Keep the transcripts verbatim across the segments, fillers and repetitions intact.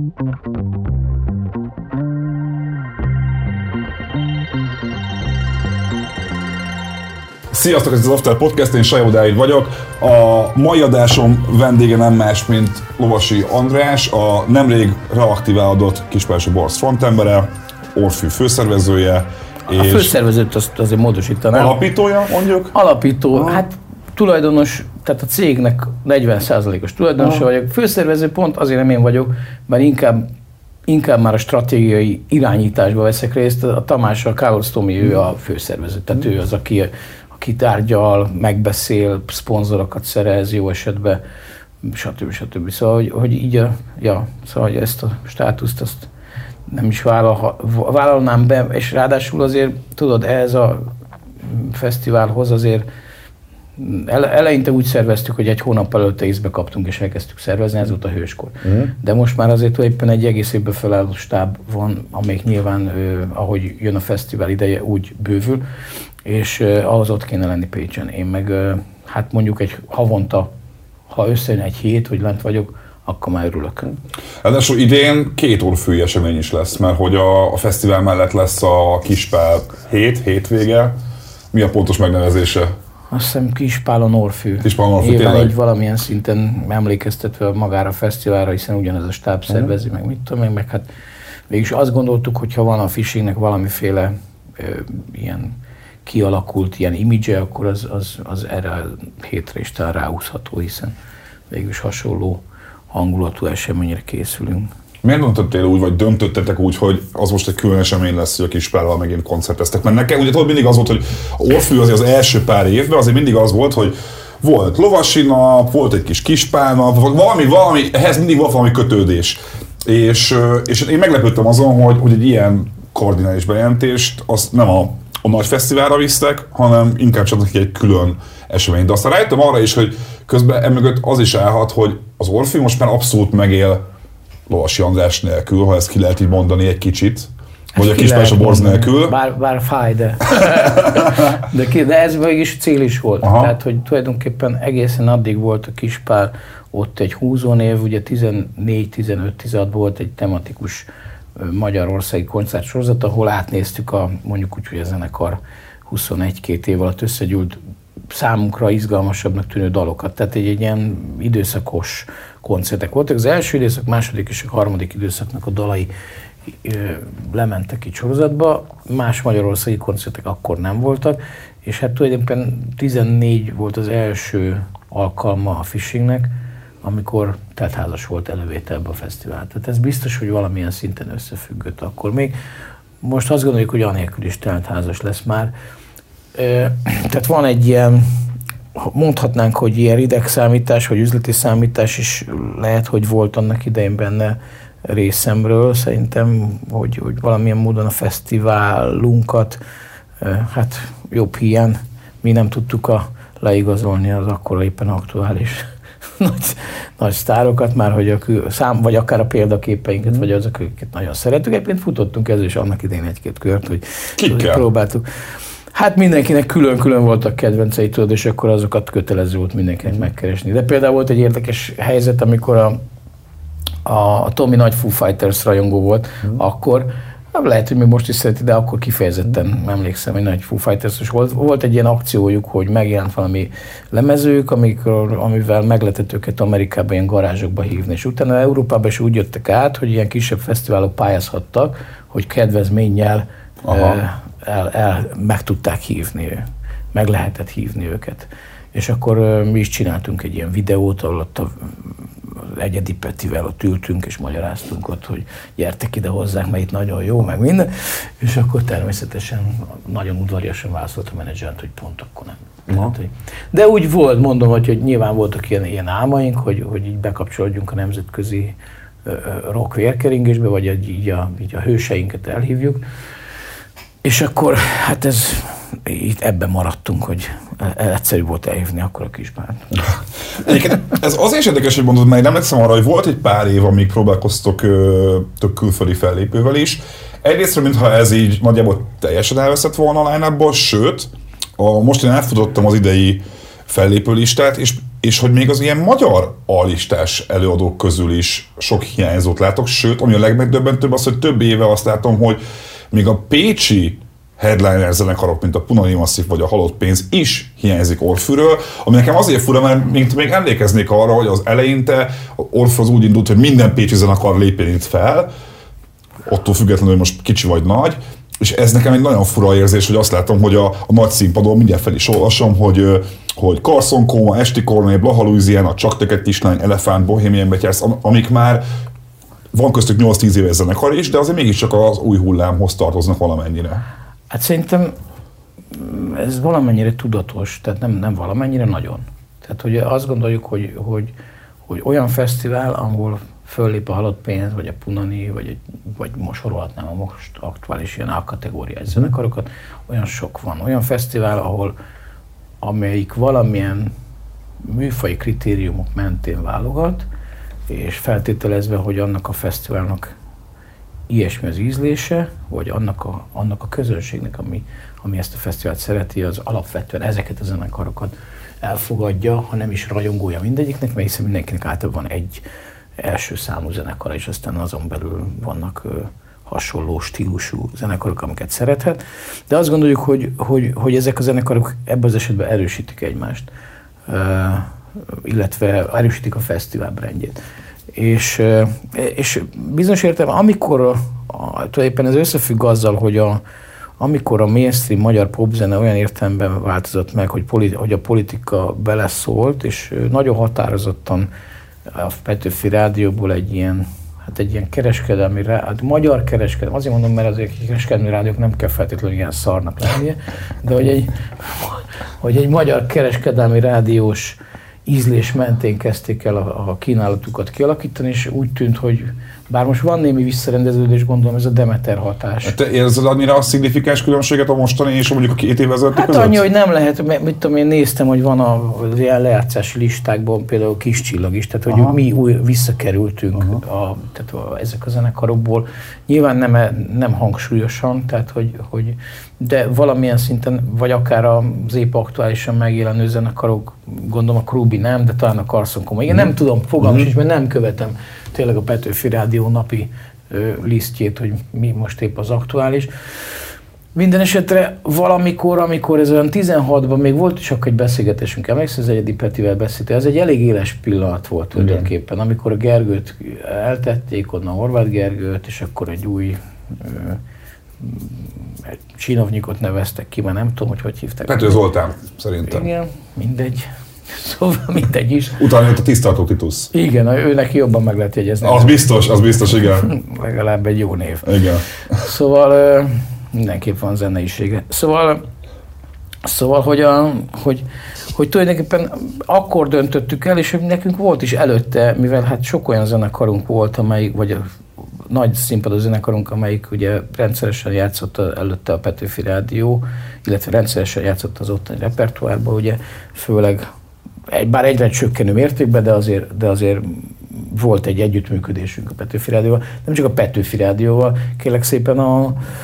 Sziasztok, ez az After Podcast, én Sajó Dávid vagyok. A mai adásom vendége nem más, mint Lovasi András, a nemrég reaktiválódott Kispási Borz frontembere, Orfű főszervezője. A és főszervezőt azt azért módosítanám. Alapítója, mondjuk? Alapító, ah. hát tulajdonos, tehát a cégnek negyven százalékos tulajdonosa ah. vagyok. Főszervező pont azért nem én vagyok, mert inkább inkább már a stratégiai irányításba veszek részt. A Tamás, a Carlos Tomi, ő a főszervező, tehát ő az, aki aki tárgyal, megbeszél, szponzorokat szerez jó esetben, stb. stb. Szóval, hogy, hogy így a, ja, szóval, hogy ezt a státuszt azt nem is vállal, vállalnám be, és ráadásul azért, tudod, ehhez a fesztiválhoz azért ele, eleinte úgy szerveztük, hogy egy hónap előtte észbe kaptunk, és elkezdtük szervezni, ez volt a hőskor. Mm. De most már azért éppen egy egész évben felálló stáb van, amelyik nyilván, eh, ahogy jön a fesztivál ideje, úgy bővül, és uh, ahhoz ott kéne lenni Pécsen. Én meg uh, hát mondjuk egy havonta, ha összejön egy hét, hogy lent vagyok, akkor már örülök. Ráadásul idén két orfűi esemény is lesz, mert hogy a, a fesztivál mellett lesz a Kispál hét, hétvége. Mi a pontos megnevezése? Azt hiszem Kispálon Orfű. Kispálon Orfű, nyilván így valamilyen szinten emlékeztetve magára a fesztiválra, hiszen ugyanez a stáb szervezi, uh-huh. meg mit tudom én, meg hát végülis azt gondoltuk, hogy ha van a Fishingnek valamiféle ö, ilyen kialakult ilyen image, akkor az, az, az erre a hétre is talán ráhúzható, hiszen végülis hasonló hangulatú eseményre készülünk. Miért döntöttél úgy, vagy döntöttetek úgy, hogy az most egy külön esemény lesz, hogy a Kispállal megint koncerteztek? Mert nekem ugye tudod, mindig az volt, hogy Orfű azért az első pár évben azért mindig az volt, hogy volt Lovasi nap, volt egy kis Kispál nap, valami, valami, ehhez mindig volt valami kötődés. És, és én meglepődtem azon, hogy, hogy egy ilyen kardinális bejelentést azt nem a a nagy fesztiválra visztek, hanem inkább csak egy külön esemény. De aztán rájöttem arra is, hogy közben emögött az is állhat, hogy az Orfű most már abszolút megél Lovasi András nélkül, ha ezt ki lehet így mondani egy kicsit. Vagy a Kispási Borz nélkül. Bár, bár fáj, de, de, ki, de ez mégis cél is volt. Aha. Tehát, hogy tulajdonképpen egészen addig volt a Kispál, ott egy húzónév, ugye tizennégy-tizenöt volt egy tematikus magyarországi koncertsorozat, ahol átnéztük a, mondjuk úgy, hogy a zenekar huszonegy-két év alatt összegyűlt számunkra izgalmasabbnak tűnő dalokat. Tehát egy, egy ilyen időszakos koncertek voltak. Az első időszak, második és a harmadik időszaknak a dalai ö, lementek ki sorozatba, más magyarországi koncertek akkor nem voltak, és hát tulajdonképpen tizennégy volt az első alkalma a Fishingnek, amikor teltházas volt elővételbe a fesztivál. Tehát ez biztos, hogy valamilyen szinten összefüggött akkor még. Most azt gondoljuk, hogy anélkül is teltházas lesz már. Tehát van egy ilyen, mondhatnánk, hogy ilyen idegszámítás, vagy üzleti számítás is lehet, hogy volt annak idején benne részemről. Szerintem, hogy, hogy valamilyen módon a fesztiválunkat, hát jobb hiány, mi nem tudtuk a, leigazolni az akkor éppen aktuális Nagy, nagy sztárokat már, hogy a szám, vagy akár a példaképeinket, mm. vagy azok, akiket nagyon szeretünk. Egyébként futottunk ezzel is annak idején egy-két kört, hogy Kikkel? próbáltuk. Hát mindenkinek külön-külön voltak kedvencei, tudod, és akkor azokat kötelező volt mindenkinek mm. megkeresni. De például volt egy érdekes helyzet, amikor a, a, a Tomi nagy Foo Fighters rajongó volt, mm. akkor lehet, hogy még most is szereti, de akkor kifejezetten emlékszem, hogy nagy Foo Fighters volt. Volt egy ilyen akciójuk, hogy megjelent valami lemezők, amikor, amivel meg lehetett őket Amerikában ilyen garázsokba hívni. És utána Európában is úgy jöttek át, hogy ilyen kisebb fesztiválok pályázhattak, hogy kedvezménnyel el, el, el, meg tudták hívni, meg lehetett hívni őket. És akkor mi is csináltunk egy ilyen videót, ahol ott a Egyedi Petivel ott ültünk és magyaráztunk ott, hogy gyertek ide hozzánk, mert itt nagyon jó, meg minden. És akkor természetesen nagyon udvariasan válaszolt a menedzsert, hogy pont akkor nem. Tehát, hogy, de úgy volt, mondom, hogy, hogy nyilván voltak ilyen, ilyen álmaink, hogy, hogy így bekapcsolódjunk a nemzetközi uh, rock vérkeringésbe, vagy így a, így a hőseinket elhívjuk. És akkor hát ez, itt ebben maradtunk, hogy egyszerű volt elhívni akkor a Kispált. Egyébként ez azért is érdekes, hogy mondod, mert nem emlékszem arra, hogy volt egy pár év, amíg próbálkoztok ö, tök külföldi fellépővel is. Egyrésztről, mintha ez így nagyjából teljesen elveszett volna a line-upból, sőt, a, most én elfutottam az idei fellépő listát, és és hogy még az ilyen magyar A-listás előadók közül is sok hiányzót látok, sőt, ami a legmegdöbbentőbb az, hogy több éve azt látom, hogy még a pécsi headliner zenekarok, mint a Punani Massive vagy a Halott Pénz is hiányzik Orfűről, ami nekem azért fura, mert mint még emlékeznék arra, hogy az eleinte Orfű az úgy indult, hogy minden pécsi zenekar lépjen itt fel, attól függetlenül, hogy most kicsi vagy nagy, és ez nekem egy nagyon fura érzés, hogy azt látom, hogy a, a nagy színpadon mindjárt fel is olvasom, hogy, hogy Carson Coma, Esti Korné, Blaha Louisiana, Csak te egy kislány, Elefánt, Bohemian Betyársz, amik már van köztük nyolc-tíz éves zenekar is, de azért mégiscsak az új hullámhoz tartoznak valamennyire. Hát szerintem ez valamennyire tudatos, tehát nem, nem valamennyire nagyon. Tehát hogy azt gondoljuk, hogy, hogy, hogy olyan fesztivál, ahol föllép a Halott Pénz, vagy a Punani, vagy, vagy most sorolhatnám a most aktuális ilyen A-kategóriás zenekarokat, olyan sok van. Olyan fesztivál, ahol amelyik valamilyen műfai kritériumok mentén válogat, és feltételezve, hogy annak a fesztiválnak ilyesmi az ízlése, vagy annak a, annak a közönségnek, ami, ami ezt a fesztivált szereti, az alapvetően ezeket a zenekarokat elfogadja, ha nem is rajongója mindegyiknek, mert hiszen mindenkinek általában van egy első számú zenekara, és aztán azon belül vannak ö, hasonló stílusú zenekarok, amiket szerethet. De azt gondoljuk, hogy, hogy, hogy ezek a zenekarok ebben az esetben erősítik egymást, ö, illetve erősítik a fesztivál brandjét. És, és bizonyos értelemben, amikor a, a, tulajdonképpen ez összefügg azzal, hogy a, amikor a mainstream magyar popzene olyan értelemben változott meg, hogy, politi, hogy a politika beleszólt, és nagyon határozottan a Petőfi Rádióból egy ilyen, hát egy ilyen kereskedelmi, hát magyar kereskedelmi, azért mondom, mert azért kereskedelmi rádiók nem kell feltétlenül ilyen szarnak lennie, de hogy egy, hogy egy magyar kereskedelmi rádiós ízlés mentén kezdték el a, a kínálatukat kialakítani, és úgy tűnt, hogy bár most van némi visszarendeződés, gondolom ez a Demeter hatás. Hát te érzed annyira a szignifikáns különbséget a mostani és mondjuk a két év ezelőtti Hát között? annyi, hogy nem lehet, mert mit tudom, én néztem, hogy van az ilyen lejátszási listákban például Kis Csillag is, tehát hogy Aha. mi új visszakerültünk a, tehát a, ezek a zenekarokból. Nyilván nem, nem hangsúlyosan, tehát hogy, hogy, de valamilyen szinten, vagy akár az épp aktuálisan megjelenő zenekarok, gondolom a Krúbi nem, de talán a Carson Coma. Igen, mm. nem tudom, fogalmam sincs, mert nem követem tényleg a Petőfi Rádió napi ö, lisztjét, hogy mi most épp az aktuális. Minden esetre valamikor, amikor ez olyan tizenhatban még volt is akkor egy beszélgetésünk, emlékszel, az Egyedi Petivel beszéltél, ez egy elég éles pillanat volt tulajdonképpen, amikor a Gergőt eltették, onnan Horváth Gergőt, és akkor egy új ö, egy Csinovnyikot neveztek ki, mert nem tudom, hogy hogy hívták. Pető Zoltán, szerintem. Igen, mindegy. Szóval mindegy is. Utána jött a tisztartó Titusz. Igen, ő neki jobban meg lehet jegyezni. Az biztos, az biztos, igen. Legalább egy jó név. Igen. Szóval mindenképp van zeneisége. Szóval, szóval hogy, a, hogy, hogy tulajdonképpen akkor döntöttük el, és nekünk volt is előtte, mivel hát sok olyan zenekarunk volt, amelyik, vagy a nagy színpados zenekarunk, amelyik ugye rendszeresen játszott előtte a Petőfi Rádió, illetve rendszeresen játszott az ottani repertoárban, ugye főleg egy, bár egyre csökkenő mértékben, de azért, de azért volt egy együttműködésünk a Petőfi Rádióval, nem csak a Petőfi Rádióval, kérlek szépen a...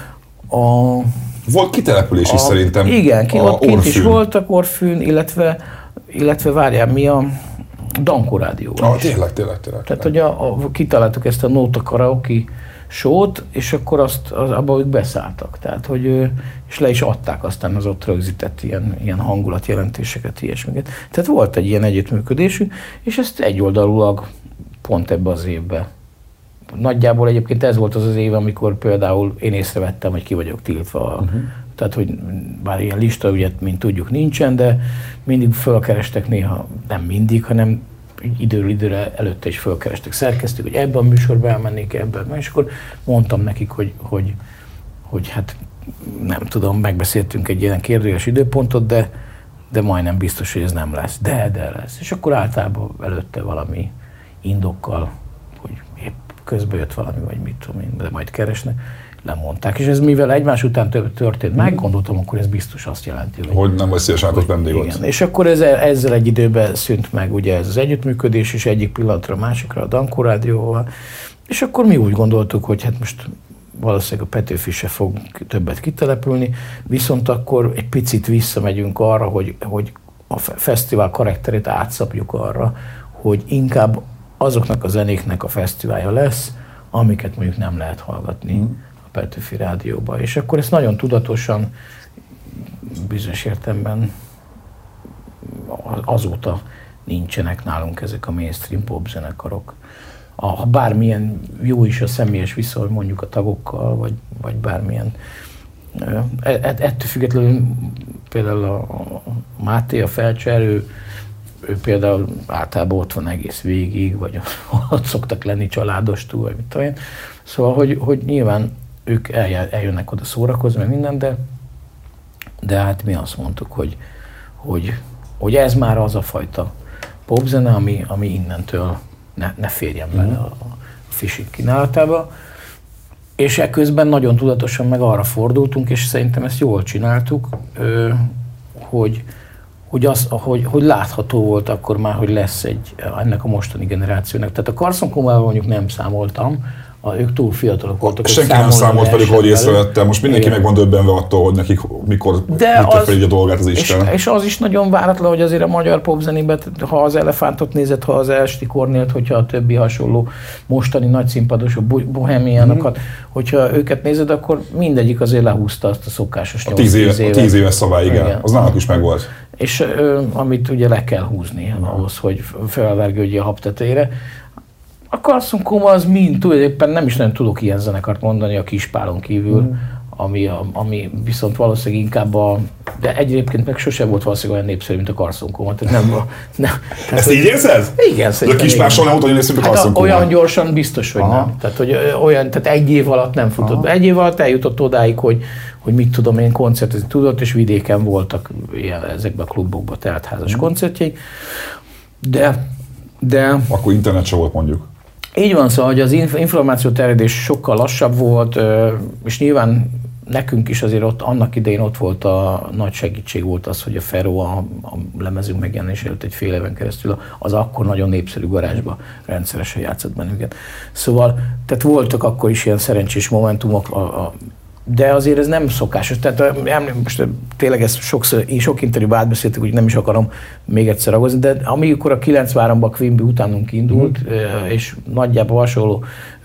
a volt kitelepülés is a, szerintem. Igen, ki, a ott kint is voltak Orfűn, illetve, illetve várjál, mi a Dankó Rádióval ah, tényleg, tényleg, tényleg. Tehát, hogy a, a, kitaláltuk ezt a Nóta Karaoke show-t, és akkor azt, az, abba ők beszálltak. Tehát, hogy, és le is adták aztán az ott rögzített ilyen, ilyen hangulatjelentéseket, ilyesmiket. Tehát volt egy ilyen együttműködésünk, és ezt egyoldalulag pont ebbe az évbe. Nagyjából egyébként ez volt az az év, amikor például én észrevettem, hogy ki vagyok tiltva. Uh-huh. Tehát, hogy bár ilyen lista, ugye, mint tudjuk, nincsen, de mindig fölkerestek néha, nem mindig, hanem időről időre előtte is fölkerestek szerkesztők, hogy ebben a műsorban elmennék, ebben, és akkor mondtam nekik, hogy, hogy, hogy hát nem tudom, megbeszéltünk egy ilyen kérdőjes időpontot, de, de majdnem biztos, hogy ez nem lesz. De, de lesz. És akkor általában előtte valami indokkal, hogy épp közben jött valami, vagy mit tudom én, de majd keresnek, lemondták. És ez mivel egymás után történt meg, gondoltam, akkor ez biztos azt jelenti, hogy... Hogy nem vagy szívesen vendégot. És akkor ezzel, ezzel egy időben szűnt meg ugye ez az együttműködés, és egyik pillanatra a másikra a Dankó Rádióval. És akkor mi úgy gondoltuk, hogy hát most valószínűleg a Petőfi se fog többet kitelepülni, viszont akkor egy picit visszamegyünk arra, hogy, hogy a fesztivál karakterét átszapjuk arra, hogy inkább azoknak a zenéknek a fesztiválja lesz, amiket mondjuk nem lehet hallgatni mm. a Petőfi Rádióban. És akkor ezt nagyon tudatosan, bizonyos értelemben azóta nincsenek nálunk ezek a mainstream pop zenekarok. Ha bármilyen jó is a személyes viszony mondjuk a tagokkal, vagy, vagy bármilyen. Ettől függetlenül például a Máté, a Felcserő, ő például általában ott van egész végig, vagy ott szoktak lenni családostól, vagy mit tudom én. Szóval, hogy, hogy nyilván ők eljönnek oda szórakozni, meg minden, de, de hát mi azt mondtuk, hogy, hogy, hogy ez már az a fajta popzene, ami, ami innentől ne, ne férjen bele a, a Fishing kínálatába. És ekközben nagyon tudatosan meg arra fordultunk, és szerintem ezt jól csináltuk, hogy, hogy, az, hogy, hogy látható volt akkor már, hogy lesz egy ennek a mostani generációnak. Tehát a Carson Kumával mondjuk nem számoltam, a, ők túl fiatalok voltak. Senki nem számolt velük, hogy észrevettem. Most mindenki meg van döbbenve attól, hogy nekik mikor vitte fel így a dolgát az Isten. És, és az is nagyon váratlan, hogy azért a magyar popzenében, ha az Elefántot nézed, ha az Esti Kornélt, hogyha a többi hasonló mostani nagy színpados, a bohemiánokat, mm-hmm. hogyha őket nézed, akkor mindegyik azért lehúzta azt a szokásos nyolc-tíz évet. A tíz éves szabály, igen. igen. Az náluk is megvolt. És ö, amit ugye le kell húzni mm. ahhoz, hogy felvergődjél a habtetejére. A Carson Kuma az mind, tulajdonképpen nem is nagyon tudok ilyen zenekart mondani a Kispálon kívül, mm. ami, a, ami viszont valószínűleg inkább a... De egyébként meg sosem volt valószínűleg olyan népszerű, mint a Carson Kuma. Tehát nem, nem, tehát, ezt így érzed? Igen, szerintem. De a Kispál soha nem volt olyan népszerű, mint a Carson Kuma. Hát olyan gyorsan biztos, hogy Aha. nem. Tehát, hogy olyan, tehát egy év alatt nem futott. Aha. Egy év alatt eljutott odáig, hogy, hogy mit tudom én, koncertezni tudott, és vidéken voltak ilyen, ezekben a klubokban teltházas mm. koncertjeik. De, de... Akkor internet se volt mondjuk. Így van, szóval, hogy az információterjedés sokkal lassabb volt, és nyilván nekünk is azért ott, annak idején ott volt a nagy segítség volt az, hogy a Ferro a, a lemezünk megjelenés előtt egy fél éven keresztül az akkor nagyon népszerű garázsba rendszeresen játszott bennünket. Szóval, tehát voltak akkor is ilyen szerencsés momentumok, a, a, de azért ez nem szokásos. Tehát most tényleg ezt sokszor, én sok interjúban átbeszéltük, hogy nem is akarom még egyszer ragozni, de amikor a kilencvenháromban a Quimby utánunk indult, mm. és nagyjából hasonló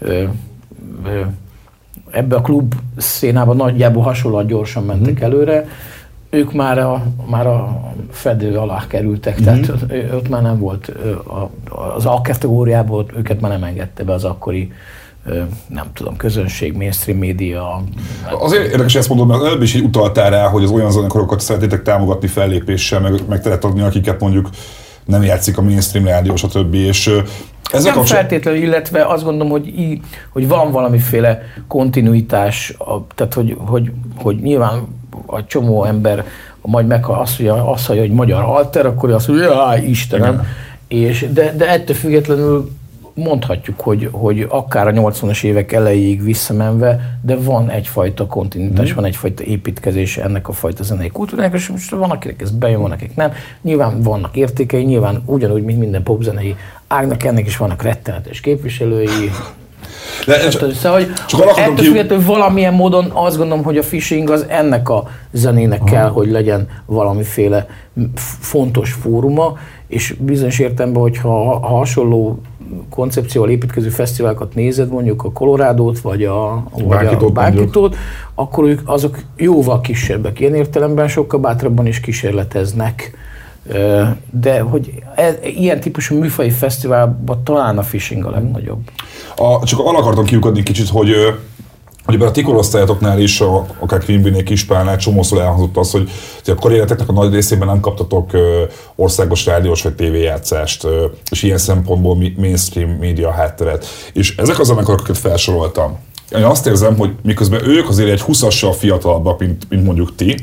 ebbe a klub szénában nagyjából hasonlóan gyorsan mentek mm. előre, ők már a, már a fedő alá kerültek, mm. tehát ott már nem volt, az A kategóriából őket már nem engedte be az akkori nem tudom, közönség, mainstream média. Azért érdekes ezt mondom, mert előbb is így utaltál rá, hogy az olyan zenekarokat szeretnétek támogatni fellépéssel, meg, meg teret adni, akiket mondjuk nem játszik a mainstream rádió, stb. És ezek nem feltétlenül, illetve azt gondolom, hogy, hogy van valamiféle kontinuitás, tehát hogy, hogy, hogy nyilván a csomó ember majd meghal azt, hogy azt hallja, hogy magyar alter, akkor azt mondja, hogy Istenem. És, de, de ettől függetlenül mondhatjuk, hogy, hogy akár a nyolcvanas évek elejéig visszamenve, de van egyfajta kontinuitás, mm. van egyfajta építkezés ennek a fajta zenei kultúrának, és most van, akinek ez bejön, van, akik nem. Nyilván vannak értékei, nyilván ugyanúgy, mint minden popzenei ágnak, ennek is vannak rettenetes képviselői. De, hát, csak, szóval, hogy ettől ki... függetlenül valamilyen módon azt gondolom, hogy a Fishing az ennek a zenének Aha. kell, hogy legyen valamiféle fontos fóruma, és bizonyos értelemben, hogyha ha hasonló koncepcióval építkező fesztiválokat nézed, mondjuk a Colorado-t, vagy a, vagy a Bárkitót, akkor ők azok jóval kisebbek. Ilyen értelemben sokkal bátrabban is kísérleteznek. De hogy e, ilyen típusú műfaji fesztiválban talán a Fishing a legnagyobb. A, csak arra akartam kiukadni kicsit, hogy hogy a ti korosztályatoknál is, a, akár Quimbynél, Kispálnál csomószor elhangzott az, hogy a karriereteknek a nagy részében nem kaptatok országos rádiós vagy tévéjátszást, és ilyen szempontból mainstream média hátteret. És ezek az zenekarok, akiket felsoroltam. Én azt érzem, hogy miközben ők azért egy húszassal fiatalabbak, mint, mint mondjuk ti,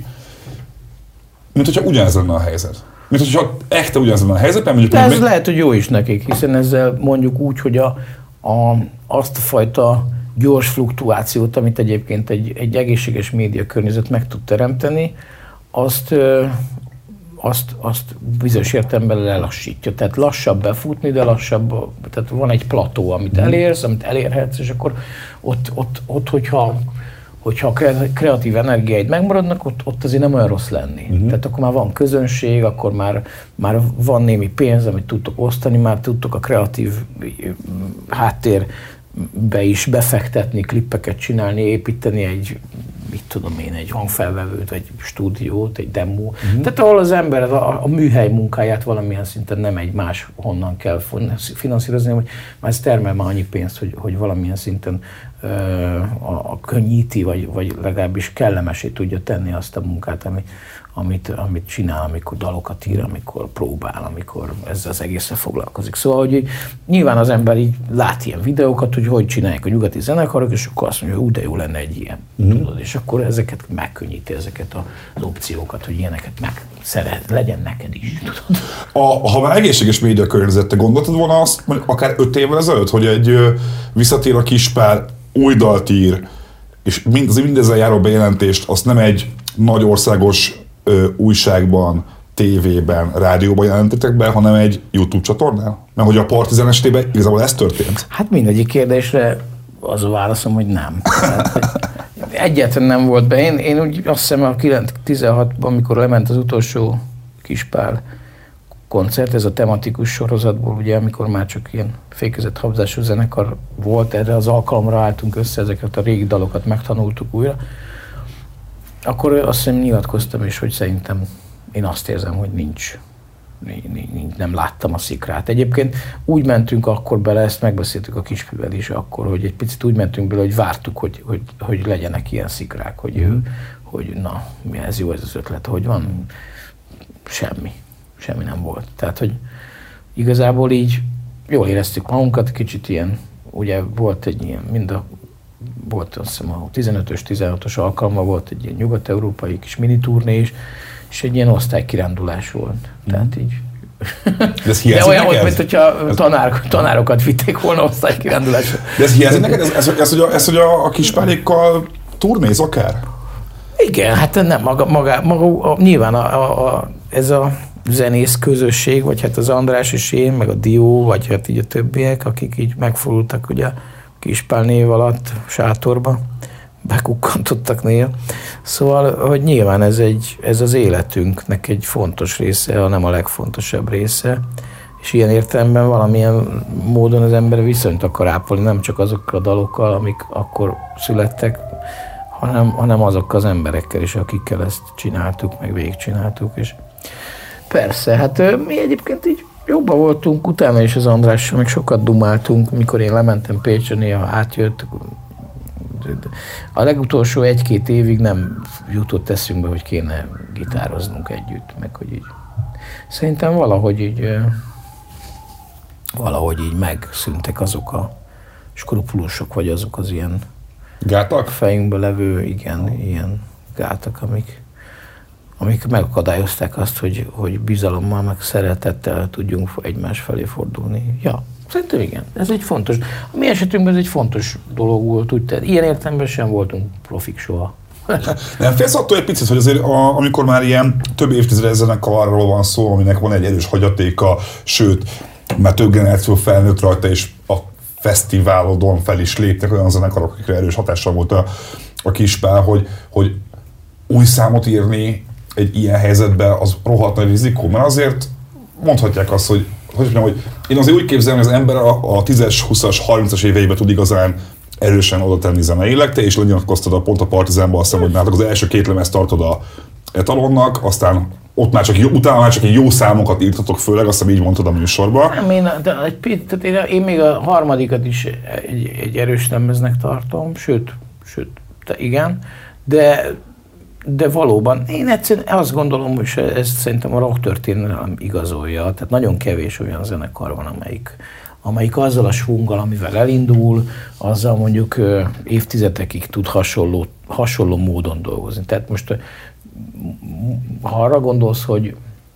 mint hogyha ugyanez lenne a helyzet. Mint hogyha ekte ugyanez lenne a helyzetben. Mondjuk, de ez mi... lehet, hogy jó is nekik, hiszen ezzel mondjuk úgy, hogy a, a, azt a fajta gyors fluktuációt, amit egyébként egy, egy egészséges média környezet meg tud teremteni, azt, azt, azt bizonyos értelemben lelassítja. Tehát lassabb befutni, de lassabb, tehát van egy plató, amit elérsz, amit elérhetsz, és akkor ott, ott, ott hogyha hogyha a kreatív energiáid megmaradnak, ott, ott azért nem olyan rossz lenni. Uh-huh. Tehát akkor már van közönség, akkor már, már van némi pénz, amit tudtok osztani, már tudtok a kreatív háttérbe is befektetni, klippeket csinálni, építeni egy, mit tudom én, egy hangfelvevőt, egy stúdiót, egy demo. Uh-huh. Tehát ahol az ember a, a műhely munkáját valamilyen szinten nem egy más honnan kell finanszírozni, hogy már ez termel már annyi pénzt, hogy, hogy valamilyen szinten uh, a, a könnyíti, vagy, vagy legalábbis kellemesé tudja tenni azt a munkát, ami, amit, amit csinál, amikor dalokat ír, amikor próbál, amikor ezzel az egészen foglalkozik. Szóval, hogy így, nyilván az ember így lát ilyen videókat, hogy hogy csinálják a nyugati zenekarok, és akkor azt mondja, hogy ú, de jó lenne egy ilyen. Mm. Tudod, és akkor ezeket megkönnyíti, ezeket az opciókat, hogy ilyeneket meg szeret, legyen neked is. Tudod? A, ha már egészséges média környezette, gondoltad volna azt, hogy akár öt évvel ezelőtt, hogy egy ö, visszatér a Kispál, új dalt ír, és mind, az mindezzel járó bejelentést, azt nem egy nagy országos ö, újságban, tévében, rádióban jelentettek be, hanem egy YouTube csatornán? Mert hogy a Partizán estében igazából ez történt? Hát mindegyik kérdésre az a válaszom, hogy nem. Tehát, egyáltalán nem volt be. Én, én úgy azt hiszem a tizenhatban, amikor lement az utolsó Kispál koncert, ez a tematikus sorozatból, ugye, amikor már csak ilyen fékezett habzású zenekar volt, erre az alkalomra álltunk össze, ezeket a régi dalokat megtanultuk újra, akkor azt hiszem nyilatkoztam is, hogy szerintem én azt érzem, hogy nincs, nincs, nem láttam a szikrát. Egyébként úgy mentünk akkor bele, ezt megbeszéltük a Kispivel is akkor, hogy egy picit úgy mentünk bele, hogy vártuk, hogy, hogy, hogy legyenek ilyen szikrák, hogy, mm. hogy na, ez jó ez az ötlet, hogy van, semmi. Semmi nem volt. Tehát, hogy igazából így jól éreztük magunkat, kicsit ilyen, ugye volt egy ilyen, mind a, volt azt hiszem a tizenötös, tizenhatos alkalma volt egy ilyen nyugat-európai kis miniturné is, és egy ilyen osztálykirándulás volt. Tehát így. De ez hiányzik De olyan neked? volt, mint hogyha tanár, tanárokat vitték volna osztálykirándulásra. De ez hiányzik neked? Ez, ez, ez, hogy a, ez, hogy a, a Kispálékkal turnéz akár? Igen, hát nem, maga, maga, maga a, nyilván a, a, a, ez a zenész közösség, vagy hát az András és én, meg a Dió, vagy hát így a többiek, akik így megfordultak ugye Kispál név alatt sátorba, bekukkantottak néha. Szóval, hogy nyilván ez, egy, ez az életünknek egy fontos része, ha nem a legfontosabb része, és ilyen értelemben valamilyen módon az ember viszonyt akar ápolni, nem csak azokkal a dalokkal, amik akkor születtek, hanem, hanem azokkal az emberekkel is, akikkel ezt csináltuk, meg végigcsináltuk, és persze, hát mi egyébként így jobban voltunk, utána is az Andrással, meg sokat dumáltunk, mikor én lementem Pécsre, néha átjött. A legutolsó egy-két évig nem jutott eszünkbe, hogy kéne gitároznunk együtt, meg hogy így. Szerintem valahogy így, valahogy így megszűntek azok a skrupulusok, vagy azok az ilyen gátak? Fejünkbe levő, igen, ilyen gátak, amik amik megakadályozták azt, hogy, hogy bizalommal, meg szeretettel tudjunk egymás felé fordulni. Ja, szerintem igen, ez egy fontos. A mi esetünkben ez egy fontos dolog volt, úgy, tehát ilyen értelemben sem voltunk profik soha. Nem félsz attól egy picit, hogy azért a, amikor már ilyen több évtizedes zenekarról van szó, aminek van egy erős hagyatéka, sőt, már több generáció felnőtt rajta, és a fesztiválodon fel is léptek olyan zenekarok, akikre erős hatással volt a, a Kispál, hogy, hogy új számot írni egy ilyen helyzetben az rohadt nagy rizikó, mert azért mondhatják azt, hogy, hogy, mondjam, hogy én azért úgy képzelem, hogy az ember a, a tízes, húszas, harmincas éveiben tud igazán erősen oda tenni zeneileg, te is lenyilatkoztad a pont a Partizánban, azt hiszem, hogy nálatok az első két lemez tartod a etalonnak, aztán ott már csak jó, utána már csak egy jó számokat írtatok, főleg, azt hiszem így mondtad a műsorban. Nem, én, de egy, tehát én, én még a harmadikat is egy, egy erős lemeznek tartom, sőt, sőt, igen, de De valóban, én egyszerűen azt gondolom, hogy ezt szerintem a rock történelem igazolja. Tehát nagyon kevés olyan zenekar van, amelyik, amelyik azzal a svunggal, amivel elindul, azzal mondjuk évtizedekig tud hasonló, hasonló módon dolgozni. Tehát most, ha arra gondolsz, hogy,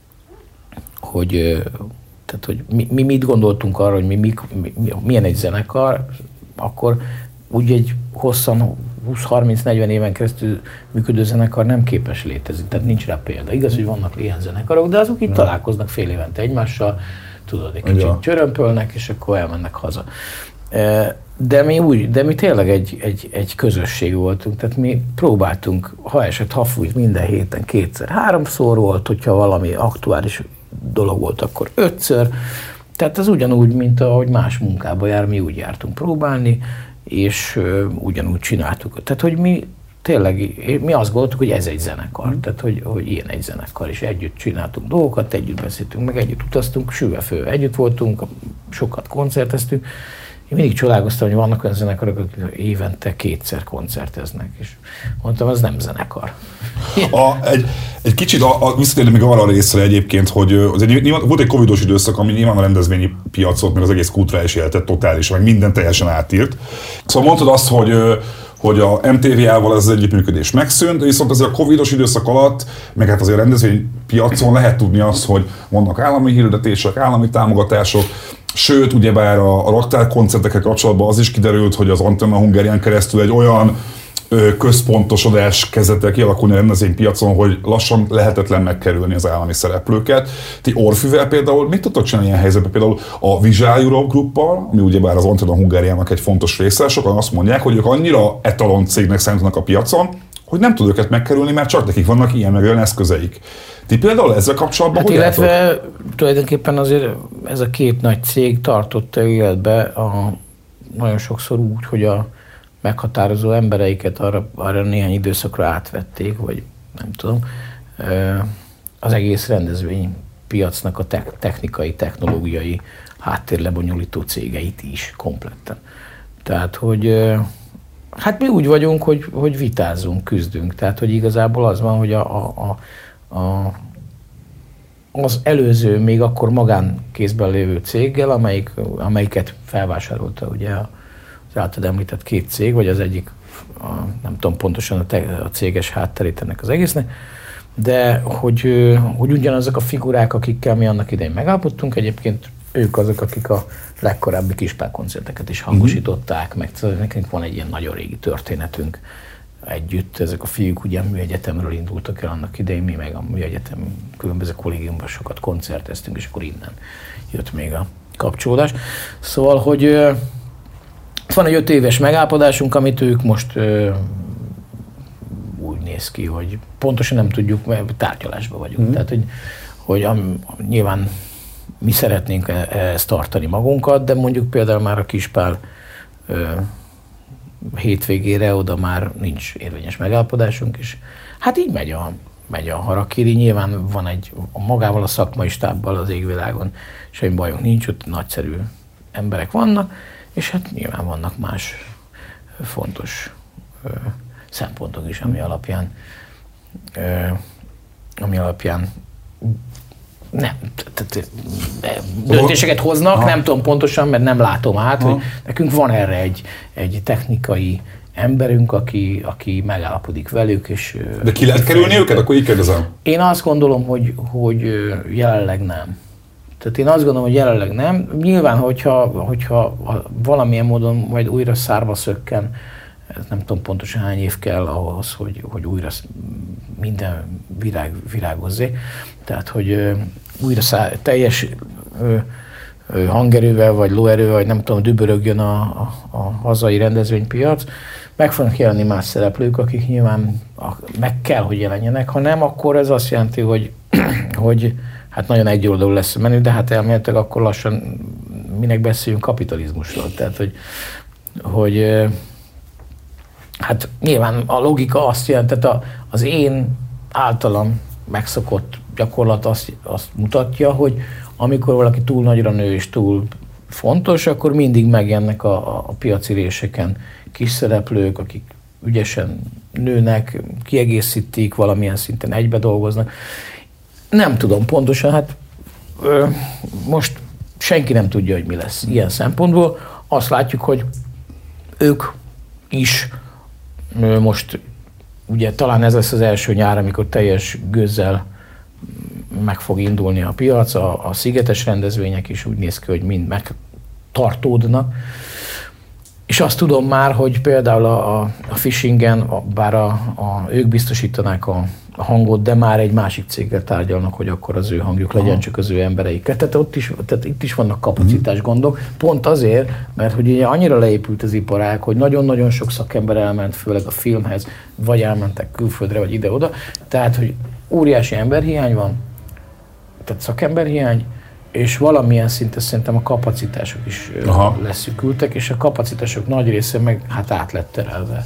hogy, tehát, hogy mi, mi mit gondoltunk arra, hogy mi, mi, mi, milyen egy zenekar, akkor úgy egy hosszan húsz-harminc-negyven éven keresztül működő zenekar nem képes létezni, tehát nincs rá példa. Igaz, hogy vannak ilyen zenekarok, de azok itt találkoznak fél évente egymással, tudod, egy kicsit csörömpölnek, és akkor elmennek haza. De mi úgy, de mi tényleg egy, egy, egy közösség voltunk, tehát mi próbáltunk, ha esett, ha fújt, minden héten kétszer, háromszor volt, hogyha valami aktuális dolog volt, akkor ötször. Tehát ez ugyanúgy, mint ahogy más munkába jár, mi úgy jártunk próbálni, és uh, ugyanúgy csináltuk. Tehát, hogy mi tényleg, mi azt gondoltuk, hogy ez egy zenekar, mm. tehát, hogy, hogy ilyen egy zenekar, és együtt csináltunk dolgokat, együtt beszéltünk, meg együtt utaztunk, sülve-fő együtt voltunk, sokat koncerteztünk. Én mindig csodálkoztam, hogy vannak olyan zenekarok, akik évente kétszer koncerteznek, és mondtam, ez nem zenekar. A, egy, egy kicsit a, a, visszatérni még arra a részre egyébként, hogy az egy, nyilván, volt egy covidos időszak, ami nyilván a rendezvényi piacot, meg az egész kulturális életet totálisan, meg minden teljesen átírt. Szóval mondtad azt, hogy hogy a em té vé á-val ez az együttműködés megszűnt, de viszont azért a covidos időszak alatt, meg hát azért a rendezvénypiacon lehet tudni azt, hogy vannak állami hirdetések, állami támogatások, sőt, ugyebár a, a raktárkoncertekkel kapcsolatban az is kiderült, hogy az Antenna Hungarián keresztül egy olyan ö, központosodás kezdett el kialakulni a rendezvénypiacon, hogy lassan lehetetlen megkerülni az állami szereplőket. Ti Orfűvel például mit tudtok csinálni ilyen helyzetben? Például a Visual Europe Gruppal, ami ugyebár az Antenna Hungariának egy fontos része, sokan azt mondják, hogy ők annyira etalon cégnek számítanak a piacon, hogy nem tud őket megkerülni, mert csak nekik vannak ilyen meg olyan eszközeik. Ti például ezzel kapcsolatban hát hogy illetve álltok? Tulajdonképpen azért ez a két nagy cég tartotta életbe a, nagyon sokszor úgy, hogy a meghatározó embereiket arra, arra néhány időszakra átvették, vagy nem tudom, az egész rendezvénypiacnak a te- technikai, technológiai háttérlebonyolító cégeit is kompletten. Tehát, hogy hát mi úgy vagyunk, hogy, hogy vitázunk, küzdünk. Tehát, hogy igazából az van, hogy a, a, a, az előző, még akkor magánkézben lévő céggel, amelyik, amelyiket felvásárolta ugye az általad említett két cég, vagy az egyik, a, nem tudom pontosan a, te, a céges hátterét ennek az egésznek, de hogy, hogy ugyanazok a figurák, akikkel mi annak idején megállapodtunk, egyébként ők azok, akik a legkorábbi Kispál koncerteket is hangosították, meg nekünk van egy ilyen nagyon régi történetünk együtt. Ezek a fiúk ugye a műegyetemről indultak el annak idején, mi meg a műegyetem különböző kollégiumban sokat koncerteztünk, és akkor innen jött még a kapcsolódás. Szóval, hogy van egy öt éves megállapodásunk, amit ők most úgy néz ki, hogy pontosan nem tudjuk, mert tárgyalásban vagyunk. Mm. Tehát, hogy, hogy am, nyilván mi szeretnénk ezt tartani magunkat, de mondjuk például már a Kispál ö, hétvégére oda már nincs érvényes megállapodásunk, és hát így megy a, megy a harakiri. Nyilván van egy, magával a szakmai stábbal az égvilágon semmi bajunk nincs, ott nagyszerű emberek vannak, és hát nyilván vannak más fontos ö, szempontok is, ami alapján ö, ami alapján nem, döntéseket hoznak, ha. Nem tudom pontosan, mert nem látom át, ha. Hogy nekünk van erre egy, egy technikai emberünk, aki, aki megállapodik velük, és... De ki lehet kerülni őket? Akkor így kérdezem. Én azt gondolom, hogy, hogy jelenleg nem. Tehát én azt gondolom, hogy jelenleg nem. Nyilván, hogyha, hogyha valamilyen módon majd újra szárba szökken, nem tudom pontosan hány év kell ahhoz, hogy, hogy újra minden virág, virágozzék. Tehát, hogy újra szá, teljes ö, ö, hangerővel, vagy lóerővel, vagy nem tudom, dübörögjön a, a, a hazai rendezvénypiac. Meg fognak jelenni más szereplők, akik nyilván a, meg kell, hogy jelenjenek. Ha nem, akkor ez azt jelenti, hogy, hogy hát nagyon egyoldalú lesz a menü, de hát elméletileg akkor lassan minek beszéljünk kapitalizmusról. Tehát, hogy, hogy hát nyilván a logika azt jelenti, tehát az én általam megszokott gyakorlat azt, azt mutatja, hogy amikor valaki túl nagyra nő és túl fontos, akkor mindig megjelennek a, a piaci réseken kis szereplők, akik ügyesen nőnek, kiegészítik, valamilyen szinten egybe dolgoznak. Nem tudom pontosan, hát ö, most senki nem tudja, hogy mi lesz ilyen szempontból. Azt látjuk, hogy ők is ö, most ugye talán ez lesz az első nyár, amikor teljes gőzzel meg fog indulni a piac, a, a szigetes rendezvények is úgy néz ki, hogy mind megtartódnak. És azt tudom már, hogy például a, a, a phishingen, bár a, a, ők biztosítanák a, a hangot, de már egy másik céggel tárgyalnak, hogy akkor az ő hangjuk legyen, csak az ő embereikkel. Tehát, ott is, tehát itt is vannak kapacitás gondok, pont azért, mert hogy ugye annyira leépült az iparág, hogy nagyon-nagyon sok szakember elment, főleg a filmhez, vagy elmentek külföldre, vagy ide-oda. Tehát, hogy óriási emberhiány van, tehát szakemberhiány, és valamilyen szinten szerintem a kapacitások is Aha. leszűkültek, és a kapacitások nagy része meg hát át lett terelve.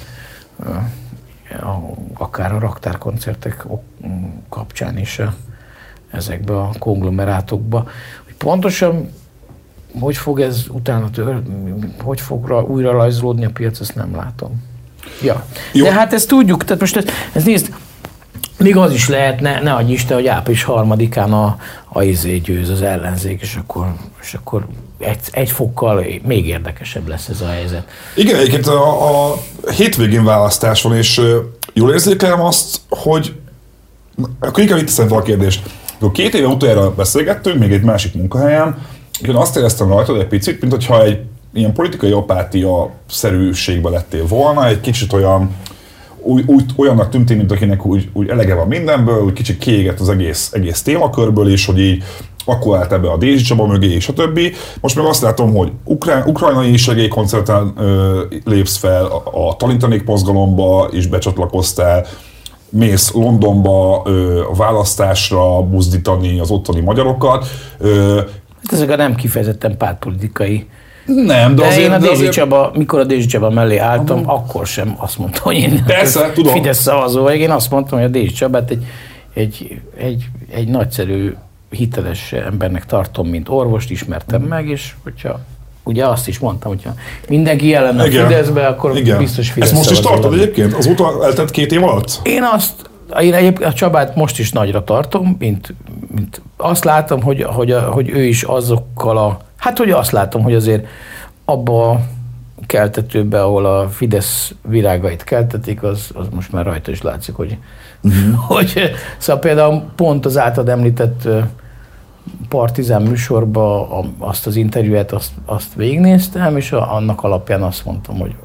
Akár a raktárkoncertek kapcsán is ezekbe a konglomerátokba. Pontosan hogy fog ez utána tör, hogy fog újra rajzolódni a piac, ezt nem látom. Ja. De hát ezt tudjuk, tehát most ezt, ezt nézd, még az is lehet, ne, ne adj Isten, hogy április harmadikán a, a izé győz az ellenzék, és akkor, és akkor egy, egy fokkal még érdekesebb lesz ez a helyzet. Igen, egyébként a, a hétvégén választás van, és jól érzékelem azt, hogy akkor inkább itt teszem fel a kérdést. Akkor két éve utoljára beszélgettünk, még egy másik munkahelyen, és én azt éreztem rajtad egy picit, mint hogyha egy ilyen politikai apátia-szerűségbe lettél volna, egy kicsit olyan Úgy, úgy, olyannak tűntél, mint akinek úgy, úgy elege van mindenből, úgy kicsit kiégett az egész, egész témakörből, és hogy így akkor állt ebbe a Dézsi Csaba mögé, és a többi. Most meg azt látom, hogy ukrán, ukrajnai segélykoncerten ö, lépsz fel, a, a talintanék mozgalomba is becsatlakoztál, mész Londonba ö, a választásra buzdítani az ottani magyarokat. Ö, hát ezek a nem kifejezetten pártpolitikai. Nem, de, de azért... én a Dézsi azért... Csaba, mikor a Dézsi Csaba mellé álltam, uh-huh. akkor sem azt mondtam, hogy én Persze, tudom. Fidesz szavazó vagyok. Én azt mondtam, hogy a Dézsi Csabát egy, egy, egy, egy nagyszerű, hiteles embernek tartom, mint orvost ismertem uh-huh. meg, és hogyha ugye azt is mondtam, hogyha mindenki jelen a Fideszbe, akkor Igen. biztos Fidesz Ezt most is tartod vagy. Egyébként? Azóta eltett két év alatt? Én azt, én egyébként a Csabát most is nagyra tartom, mint, mint azt látom, hogy, hogy, a, hogy ő is azokkal a Hát, hogy azt látom, hogy azért abba a keltetőbe, ahol a Fidesz virágait keltetik, az, az most már rajta is látszik, hogy, uh-huh. hogy szóval például pont az általad említett Partizán műsorban azt az interjúját, azt, azt végignéztem, és annak alapján azt mondtam, hogy,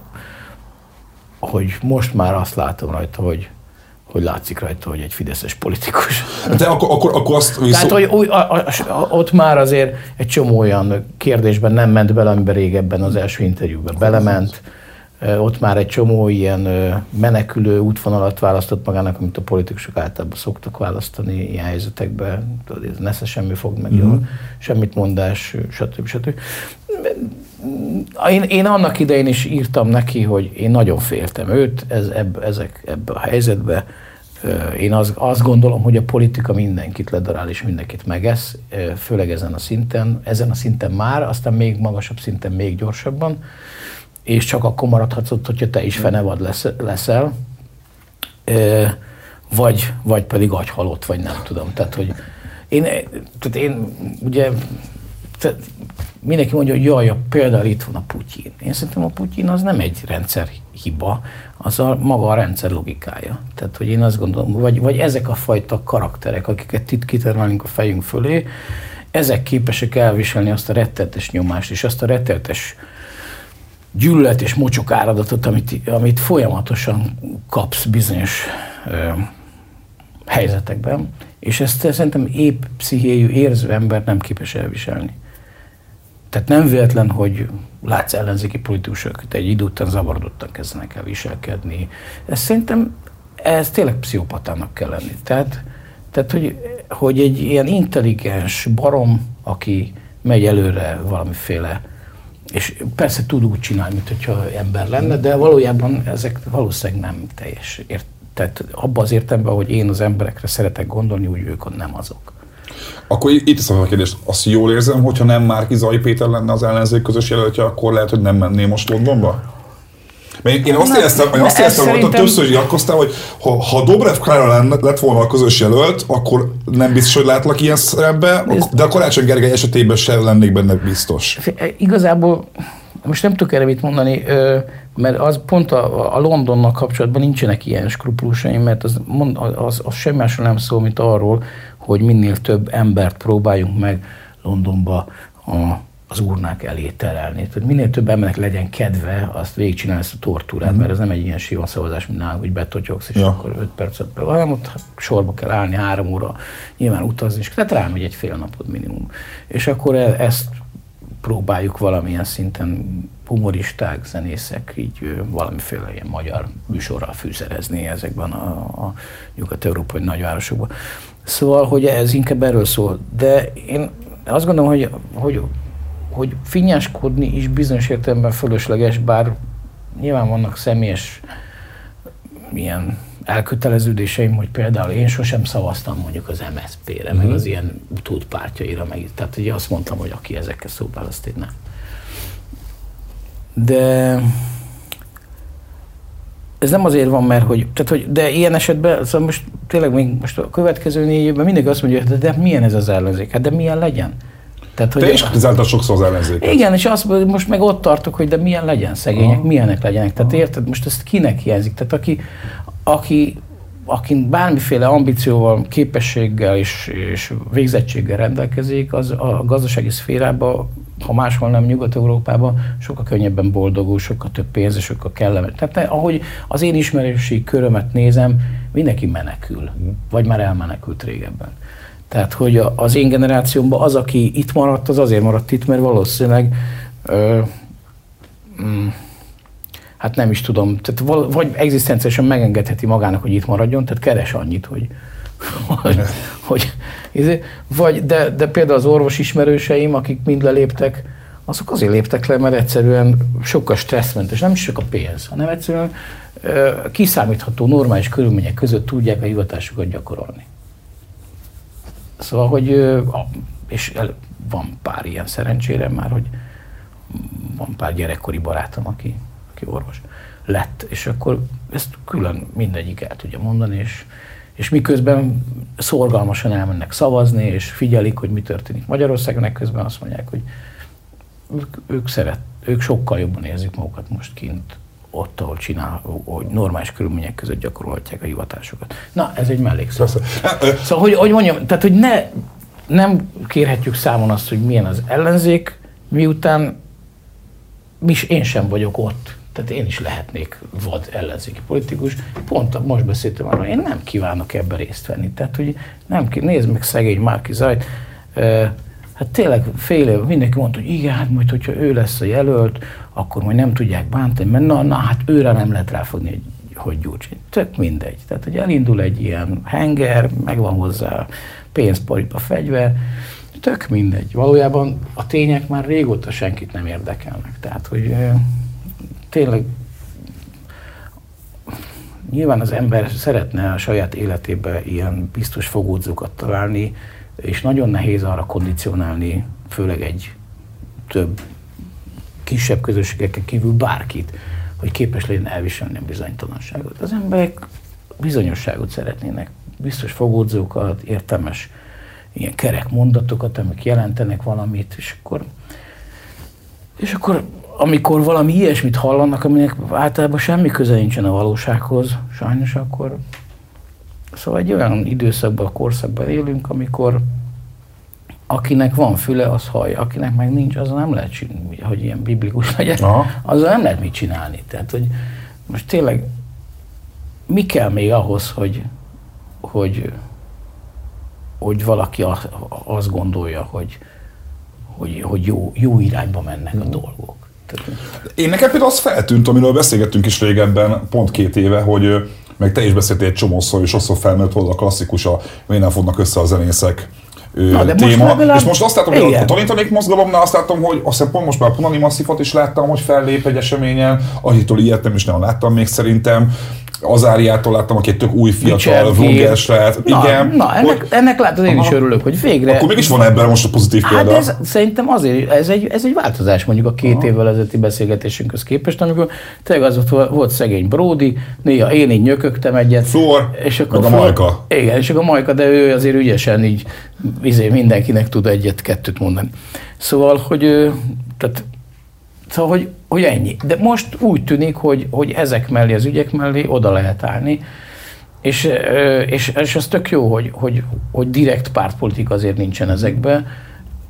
hogy most már azt látom rajta, hogy hogy látszik rajta, hogy egy fideszes politikus. De akkor, akkor, akkor azt viszont... Tehát, hogy új, a, a, a, ott már azért egy csomó olyan kérdésben nem ment bele, amiben régebben az első interjúban belement. Ott már egy csomó ilyen menekülő útvonalat választott magának, amit a politikusok általában szoktak választani ilyen helyzetekben. Tudod, ez nesze semmi fog meg mm-hmm. jól, semmit mondás, stb. stb. Én, én annak idején is írtam neki, hogy én nagyon féltem őt ez, ebb, ezek, ebbe a helyzetbe. Én azt, azt gondolom, hogy a politika mindenkit ledarál és mindenkit megesz, főleg ezen a szinten. Ezen a szinten már, aztán még magasabb szinten még gyorsabban, és csak akkor maradhatsz ott, hogyha te is fenevad lesz, leszel, vagy, vagy pedig agyhalott, vagy nem tudom. Tehát, hogy én, tehát én ugye tehát mindenki mondja, hogy jaj, például itt van a Putyin. Én szerintem a Putyin az nem egy rendszerhiba, az a maga a rendszer logikája. Tehát, hogy én azt gondolom, vagy, vagy ezek a fajta karakterek, akiket itt kitermelünk a fejünk fölé, ezek képesek elviselni azt a rettenetes nyomást, és azt a rettenetes gyűlölet és mocsok áradatot, amit, amit folyamatosan kapsz bizonyos ö, helyzetekben, és ezt szerintem épp pszichéjű, érző ember nem képes elviselni. Tehát nem véletlen, hogy látsz ellenzéki politikusok, egy idő után zavarodottan kezdenek el viselkedni. Ez szerintem, ez tényleg pszichopatának kell lenni. Tehát, tehát hogy, hogy egy ilyen intelligens barom, aki megy előre valamiféle, és persze tud úgy csinálni, mint hogyha ember lenne, de valójában ezek valószínűleg nem teljes ért. Tehát abban az értelemben, hogy én az emberekre szeretek gondolni, úgy ők nem azok. Akkor itt teszem a kérdést, azt jól érzem, hogyha nem Márki-Zay Péter lenne az ellenzék közös jelöltje, akkor lehet, hogy nem menné most Londonba? Mert én azt éreztem, én azt éreztem, hogy szerintem... többször is nyilatkoztál, hogy ha, ha Dobrev Klára lett volna a közös jelölt, akkor nem biztos, hogy látlak ilyen szerepbe, de a Karácsony Gergely esetében sem lennék benne biztos. Igazából most nem tudok erre mit mondani, mert az pont a, a Londonnal kapcsolatban nincsenek ilyen skrupulusaim, mert az, az, az semmi másról nem szól, mint arról, hogy minél több embert próbáljunk meg Londonba a az urnák elé terelni. Tehát minél több embernek legyen kedve azt végigcsinálni ezt a tortúrát, mm. mert ez nem egy ilyen sivon szavazás, mint nálunk, hogy betotyogsz, és ja. akkor öt percet be, hanem ott sorba kell állni, három óra, nyilván utazni, és tehát rámegy egy fél napod minimum. És akkor ezt próbáljuk valamilyen szinten humoristák, zenészek így valamiféle ilyen magyar műsorral fűszerezni ezekben a, a nyugat-európai nagyvárosokban. Szóval, hogy ez inkább erről szól. De én azt gondolom, hogy, hogy, hogy finnyáskodni is bizonyos értelemben fölösleges, bár nyilván vannak személyes ilyen elköteleződéseim, hogy például én sosem szavaztam mondjuk az em es zé pére, mm-hmm. meg az ilyen utódpártjaira, meg tehát ugye azt mondtam, hogy aki ezekkel szóval, azt én nem. De ez nem azért van, mert hogy, tehát, hogy de ilyen esetben, szóval most tényleg még most a következő négy évben mindig azt mondja, hogy de, de milyen ez az ellenzék? Hát de milyen legyen? Tehát, Te is kritizáltad sokszor az ellenzéket. Igen, és azt, most meg ott tartok, hogy de milyen legyen szegények, aha. milyenek legyenek. Tehát aha. érted, most ezt kinek hiányzik? Tehát aki, aki, aki bármiféle ambícióval, képességgel és, és végzettséggel rendelkezik, az a gazdasági szférában, ha máshol nem Nyugat-Európában, sokkal könnyebben boldogul, sokkal több pénz, és sokkal kellemes. Tehát ahogy az én ismerősi körömet nézem, mindenki menekül, vagy már elmenekült régebben. Tehát, hogy az én generációmban az, aki itt maradt, az azért maradt itt, mert valószínűleg ö, mm, hát nem is tudom, tehát val- vagy egzisztenciálisan megengedheti magának, hogy itt maradjon, tehát keres annyit, hogy, hogy, hogy vagy, de, de például az orvos ismerőseim, akik mind leléptek, azok azért léptek le, mert egyszerűen sokkal stresszmentes, nem is csak a pénz, hanem egyszerűen ö, kiszámítható, normális körülmények között tudják a hivatásukat gyakorolni. Szóval, hogy, és van pár ilyen szerencsére már, hogy van pár gyerekkori barátom, aki, aki orvos lett, és akkor ezt külön mindegyik el tudja mondani, és, és miközben szorgalmasan elmennek szavazni, és figyelik, hogy mi történik Magyarországon, ekközben azt mondják, hogy ők, ők, szeret, ők sokkal jobban érzik magukat most kint, ott, ahol csinál, hogy normális körülmények között gyakorolhatják a hivatásokat. Na, ez egy mellékszó. Szóval, hogy, hogy mondjam, tehát, hogy ne, nem kérhetjük számon azt, hogy milyen az ellenzék, miután mi, én sem vagyok ott. Tehát én is lehetnék vad ellenzéki politikus. Pont most beszéltem arról, én nem kívánok ebben részt venni. Tehát, hogy nem, nézd meg szegény Márki Zajt, hát tényleg fél év, mindenki mondta, hogy igen, hát majd, hogyha ő lesz a jelölt, akkor majd nem tudják bántani, mert na, na hát őre nem lehet ráfogni, hogy, hogy Gyurcsány. Tök mindegy. Tehát, hogy elindul egy ilyen henger, megvan hozzá pénz, paripa, fegyver, tök mindegy. Valójában a tények már régóta senkit nem érdekelnek. Tehát, hogy e, tényleg nyilván az ember szeretne a saját életében ilyen biztos fogódzókat találni, és nagyon nehéz arra kondicionálni, főleg egy több kisebb közösségeken kívül bárkit, hogy képes legyen elviselni a bizonytalanságot. Az emberek bizonyosságot szeretnének, biztos fogódzókat, értelmes ilyen kerek mondatokat, amik jelentenek valamit, és akkor, és akkor amikor valami ilyesmit hallanak, aminek általában semmi köze nincsen a valósághoz, sajnos akkor szóval egy olyan időszakban, korszakban élünk, amikor akinek van füle, az hallja, akinek meg nincs, azzal nem lehet csinálni, hogy ilyen biblikus legyen, aha. azzal nem lehet mit csinálni. Tehát, hogy most tényleg mi kell még ahhoz, hogy, hogy, hogy valaki azt gondolja, hogy, hogy, hogy jó, jó irányba mennek a dolgok. Tehát, én nekem például az feltűnt, amiről beszélgettünk is régebben, pont két éve, hogy meg te is beszéltél egy csomószor, és sokszor felmerült hozzá a klasszikus, a miért nem fognak össze a zenészek Na, téma. Most legalább... És most azt látom, hogy igen. a tanítanék mozgalomnál azt látom, hogy azt hiszem pont most már a Punani Masszívot is láttam, hogy fellép egy eseményen, akitől ilyet nem is nem láttam még szerintem. Azáriától láttam, aki egy tök új fiatal vloggeres lehet. Na, igen. Na, ennek, hogy... ennek látod, én aha. is örülök, hogy végre... Akkor mégis van ebben most a pozitív példa. Hát ez, szerintem azért, ez egy, ez egy változás mondjuk a két aha. évvel ezelőtti beszélgetésünkhöz képest, amikor tényleg az volt, volt szegény Bródi, néha én így nyökögtem egyet. Flór, és akkor meg a Majka. Igen, és akkor a Majka, de ő azért ügyesen így izé, mindenkinek tud egyet-kettőt mondani. Szóval, hogy... Tehát, Szóval, hogy, hogy ennyi. De most úgy tűnik, hogy, hogy ezek mellé, az ügyek mellé oda lehet állni, és, és, és az tök jó, hogy, hogy, hogy direkt pártpolitika azért nincsen ezekben.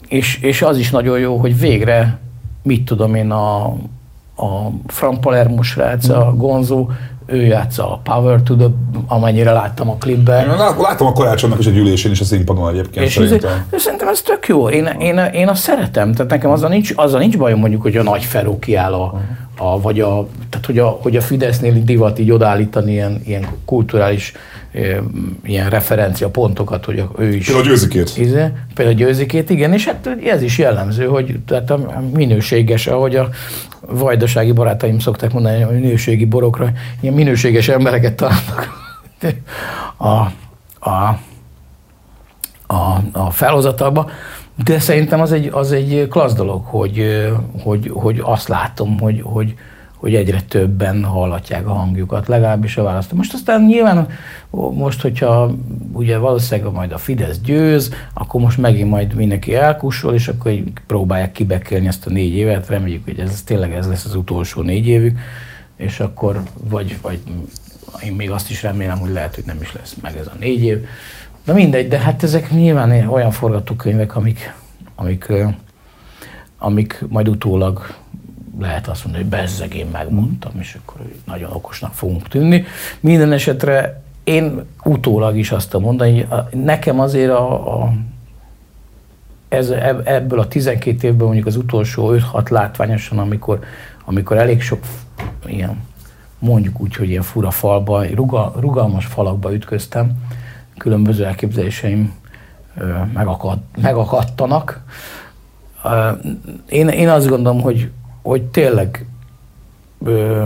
és, és az is nagyon jó, hogy végre, mit tudom én, a, a Frank Palermo srác, a Gonzo, ő játsza a Power to the, amennyire láttam a klipben. Én láttam a Karácsonynak is egy ülésén is a színpadon egyébként. És szerintem. Ez, szerintem ez tök jó. Én, én, én azt szeretem. Tehát nekem azzal nincs, azzal nincs bajom, mondjuk, hogy a Nagy Feró kiáll a, a, vagy a, tehát hogy a, hogy a Fidesznél divat így odaállítani ilyen, ilyen kulturális ilyen referencia pontokat, hogy ő is... Például a Győzikét. Íze, például a Győzikét, igen, és hát ez is jellemző, hogy tehát a minőséges, ahogy a vajdasági barátaim szokták mondani, hogy minőségi borokra ilyen minőséges embereket találnak a, a, a, a felhozatalba, de szerintem az egy, az egy klassz dolog, hogy, hogy, hogy azt látom, hogy, hogy hogy egyre többen hallatják a hangjukat, legalábbis a választó. Most aztán nyilván, most, hogyha ugye valószínűleg majd a Fidesz győz, akkor most megint majd mindenki elkussol, és akkor próbálják kibekélni ezt a négy évet, reméljük, hogy ez tényleg ez lesz az utolsó négy évük, és akkor, vagy, vagy én még azt is remélem, hogy lehet, hogy nem is lesz meg ez a négy év. De mindegy, de hát ezek nyilván olyan forgatókönyvek, amik, amik, amik majd utólag lehet azt mondani, hogy bezzeg, én megmondtam, és akkor nagyon okosnak fogunk tűnni. Minden esetre én utólag is azt mondani, hogy nekem azért a, a, ez, ebből a tizenkét évből mondjuk az utolsó öt-hat látványosan, amikor, amikor elég sok ilyen, mondjuk úgy, hogy ilyen fura falba, rugal, rugalmas falakba ütköztem, különböző elképzeléseim megakad, megakadtanak. Én, én azt gondolom, hogy hogy tényleg ö,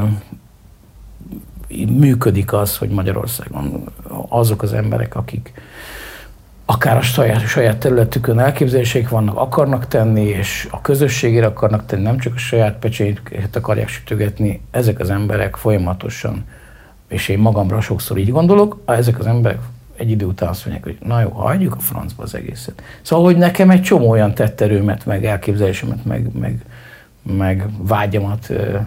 működik az, hogy Magyarországon azok az emberek, akik akár a saját, saját területükön elképzeléseik vannak, akarnak tenni, és a közösségére akarnak tenni, nem csak a saját pecsétet akarják sütögetni, ezek az emberek folyamatosan, és én magamra sokszor így gondolok, ezek az emberek egy idő után azt mondják, hogy na jó, hagyjuk a francba az egészet. Szóval, hogy nekem egy csomó olyan tetterőmet, meg elképzelésemet, meg, meg meg vágyamat ö, ö,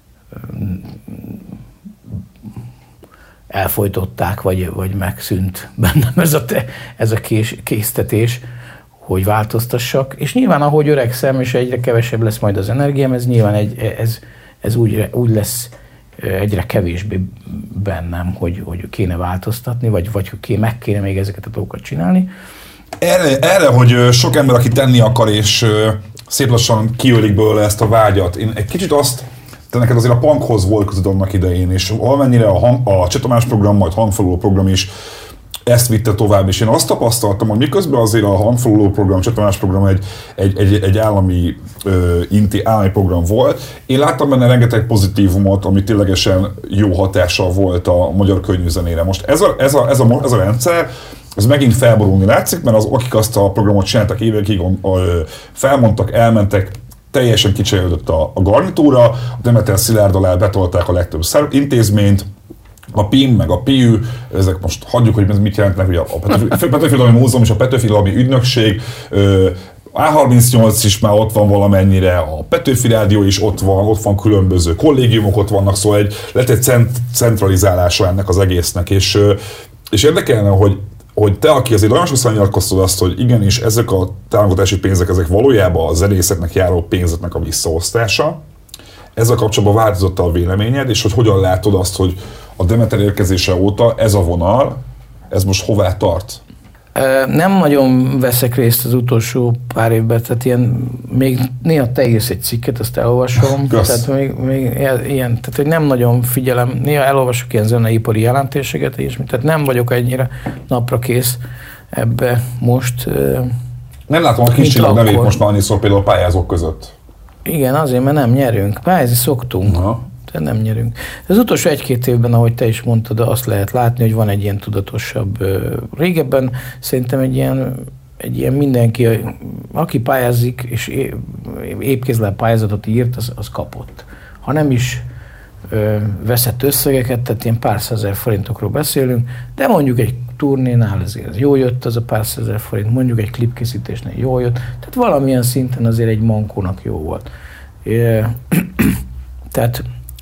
elfojtották, vagy, vagy megszűnt bennem ez a, te, ez a kés, késztetés, hogy változtassak. És nyilván, ahogy öregszem, és egyre kevesebb lesz majd az energiám, ez nyilván egy, ez, ez úgy, úgy lesz egyre kevésbé bennem, hogy, hogy kéne változtatni, vagy, vagy hogy meg kéne még ezeket a dolgokat csinálni. Erre, erre, hogy sok ember, aki tenni akar, és szép lassan kiölik belőle ezt a vágyat. Én egy kicsit azt, te neked azért a punkhoz volt között annak idején, és valamennyire a, hang, a Cseh Tamás program, majd hangfaluló program is ezt vitte tovább, és én azt tapasztaltam, hogy miközben azért a hangfaluló program, Cseh Tamás program egy, egy, egy, egy állami, ö, inti, állami program volt, én láttam benne rengeteg pozitívumot, ami ténylegesen jó hatással volt a magyar könnyűzenére. Most ez a, ez a, ez a, ez a rendszer, ez megint felborulni látszik, mert az, akik azt a programot csináltak évekig, felmondtak, elmentek, teljesen kicserélődött a, a garnitúra, a Demeter Szilárd alá betolták a legtöbb intézményt, a pé i em meg a pé ü, ezek most hagyjuk, hogy ez mit jelentnek, ugye a Petőfi Múzeum és a Petőfi Ügynökség, á harmincnyolc is már ott van valamennyire, a Petőfi Rádió is ott van, ott van különböző kollégiumok, ott vannak, szóval egy, lett egy cent, centralizálása ennek az egésznek, és, és érdekelne, hogy hogy te, aki azért nagyon sokszor nyilatkoztad azt, hogy igenis ezek a támogatási pénzek, ezek valójában a zenészeknek járó pénzeknek a visszaosztása. Ezzel kapcsolatban változott a véleményed, és hogy hogyan látod azt, hogy a Demeter érkezése óta ez a vonal, ez most hová tart? Nem nagyon veszek részt az utolsó pár évben, tehát ilyen, még néha te írsz egy cikket, azt elolvasom, tehát még, még ilyen, tehát hogy nem nagyon figyelem, néha elolvasok ilyen zeneipari jelentéseket, és tehát nem vagyok ennyire napra kész ebbe most. Nem látom a kis csillag nevét most már annyiszor például a pályázók között. Igen, azért, mert nem nyerünk, pályázni szoktunk. Aha. De nem nyerünk. Az utolsó egy-két évben, ahogy te is mondtad, azt lehet látni, hogy van egy ilyen tudatosabb. Régebben szerintem egy ilyen, egy ilyen mindenki, aki pályázik, és épkézláb pályázatot írt, az, az kapott. Ha nem is ö, veszett összegeket, tehát ilyen pár százezer forintokról beszélünk, de mondjuk egy turnénál azért jó jött az a pár százezer forint, mondjuk egy klipkészítésnél jó jött, tehát valamilyen szinten azért egy mankónak jó volt. É, tehát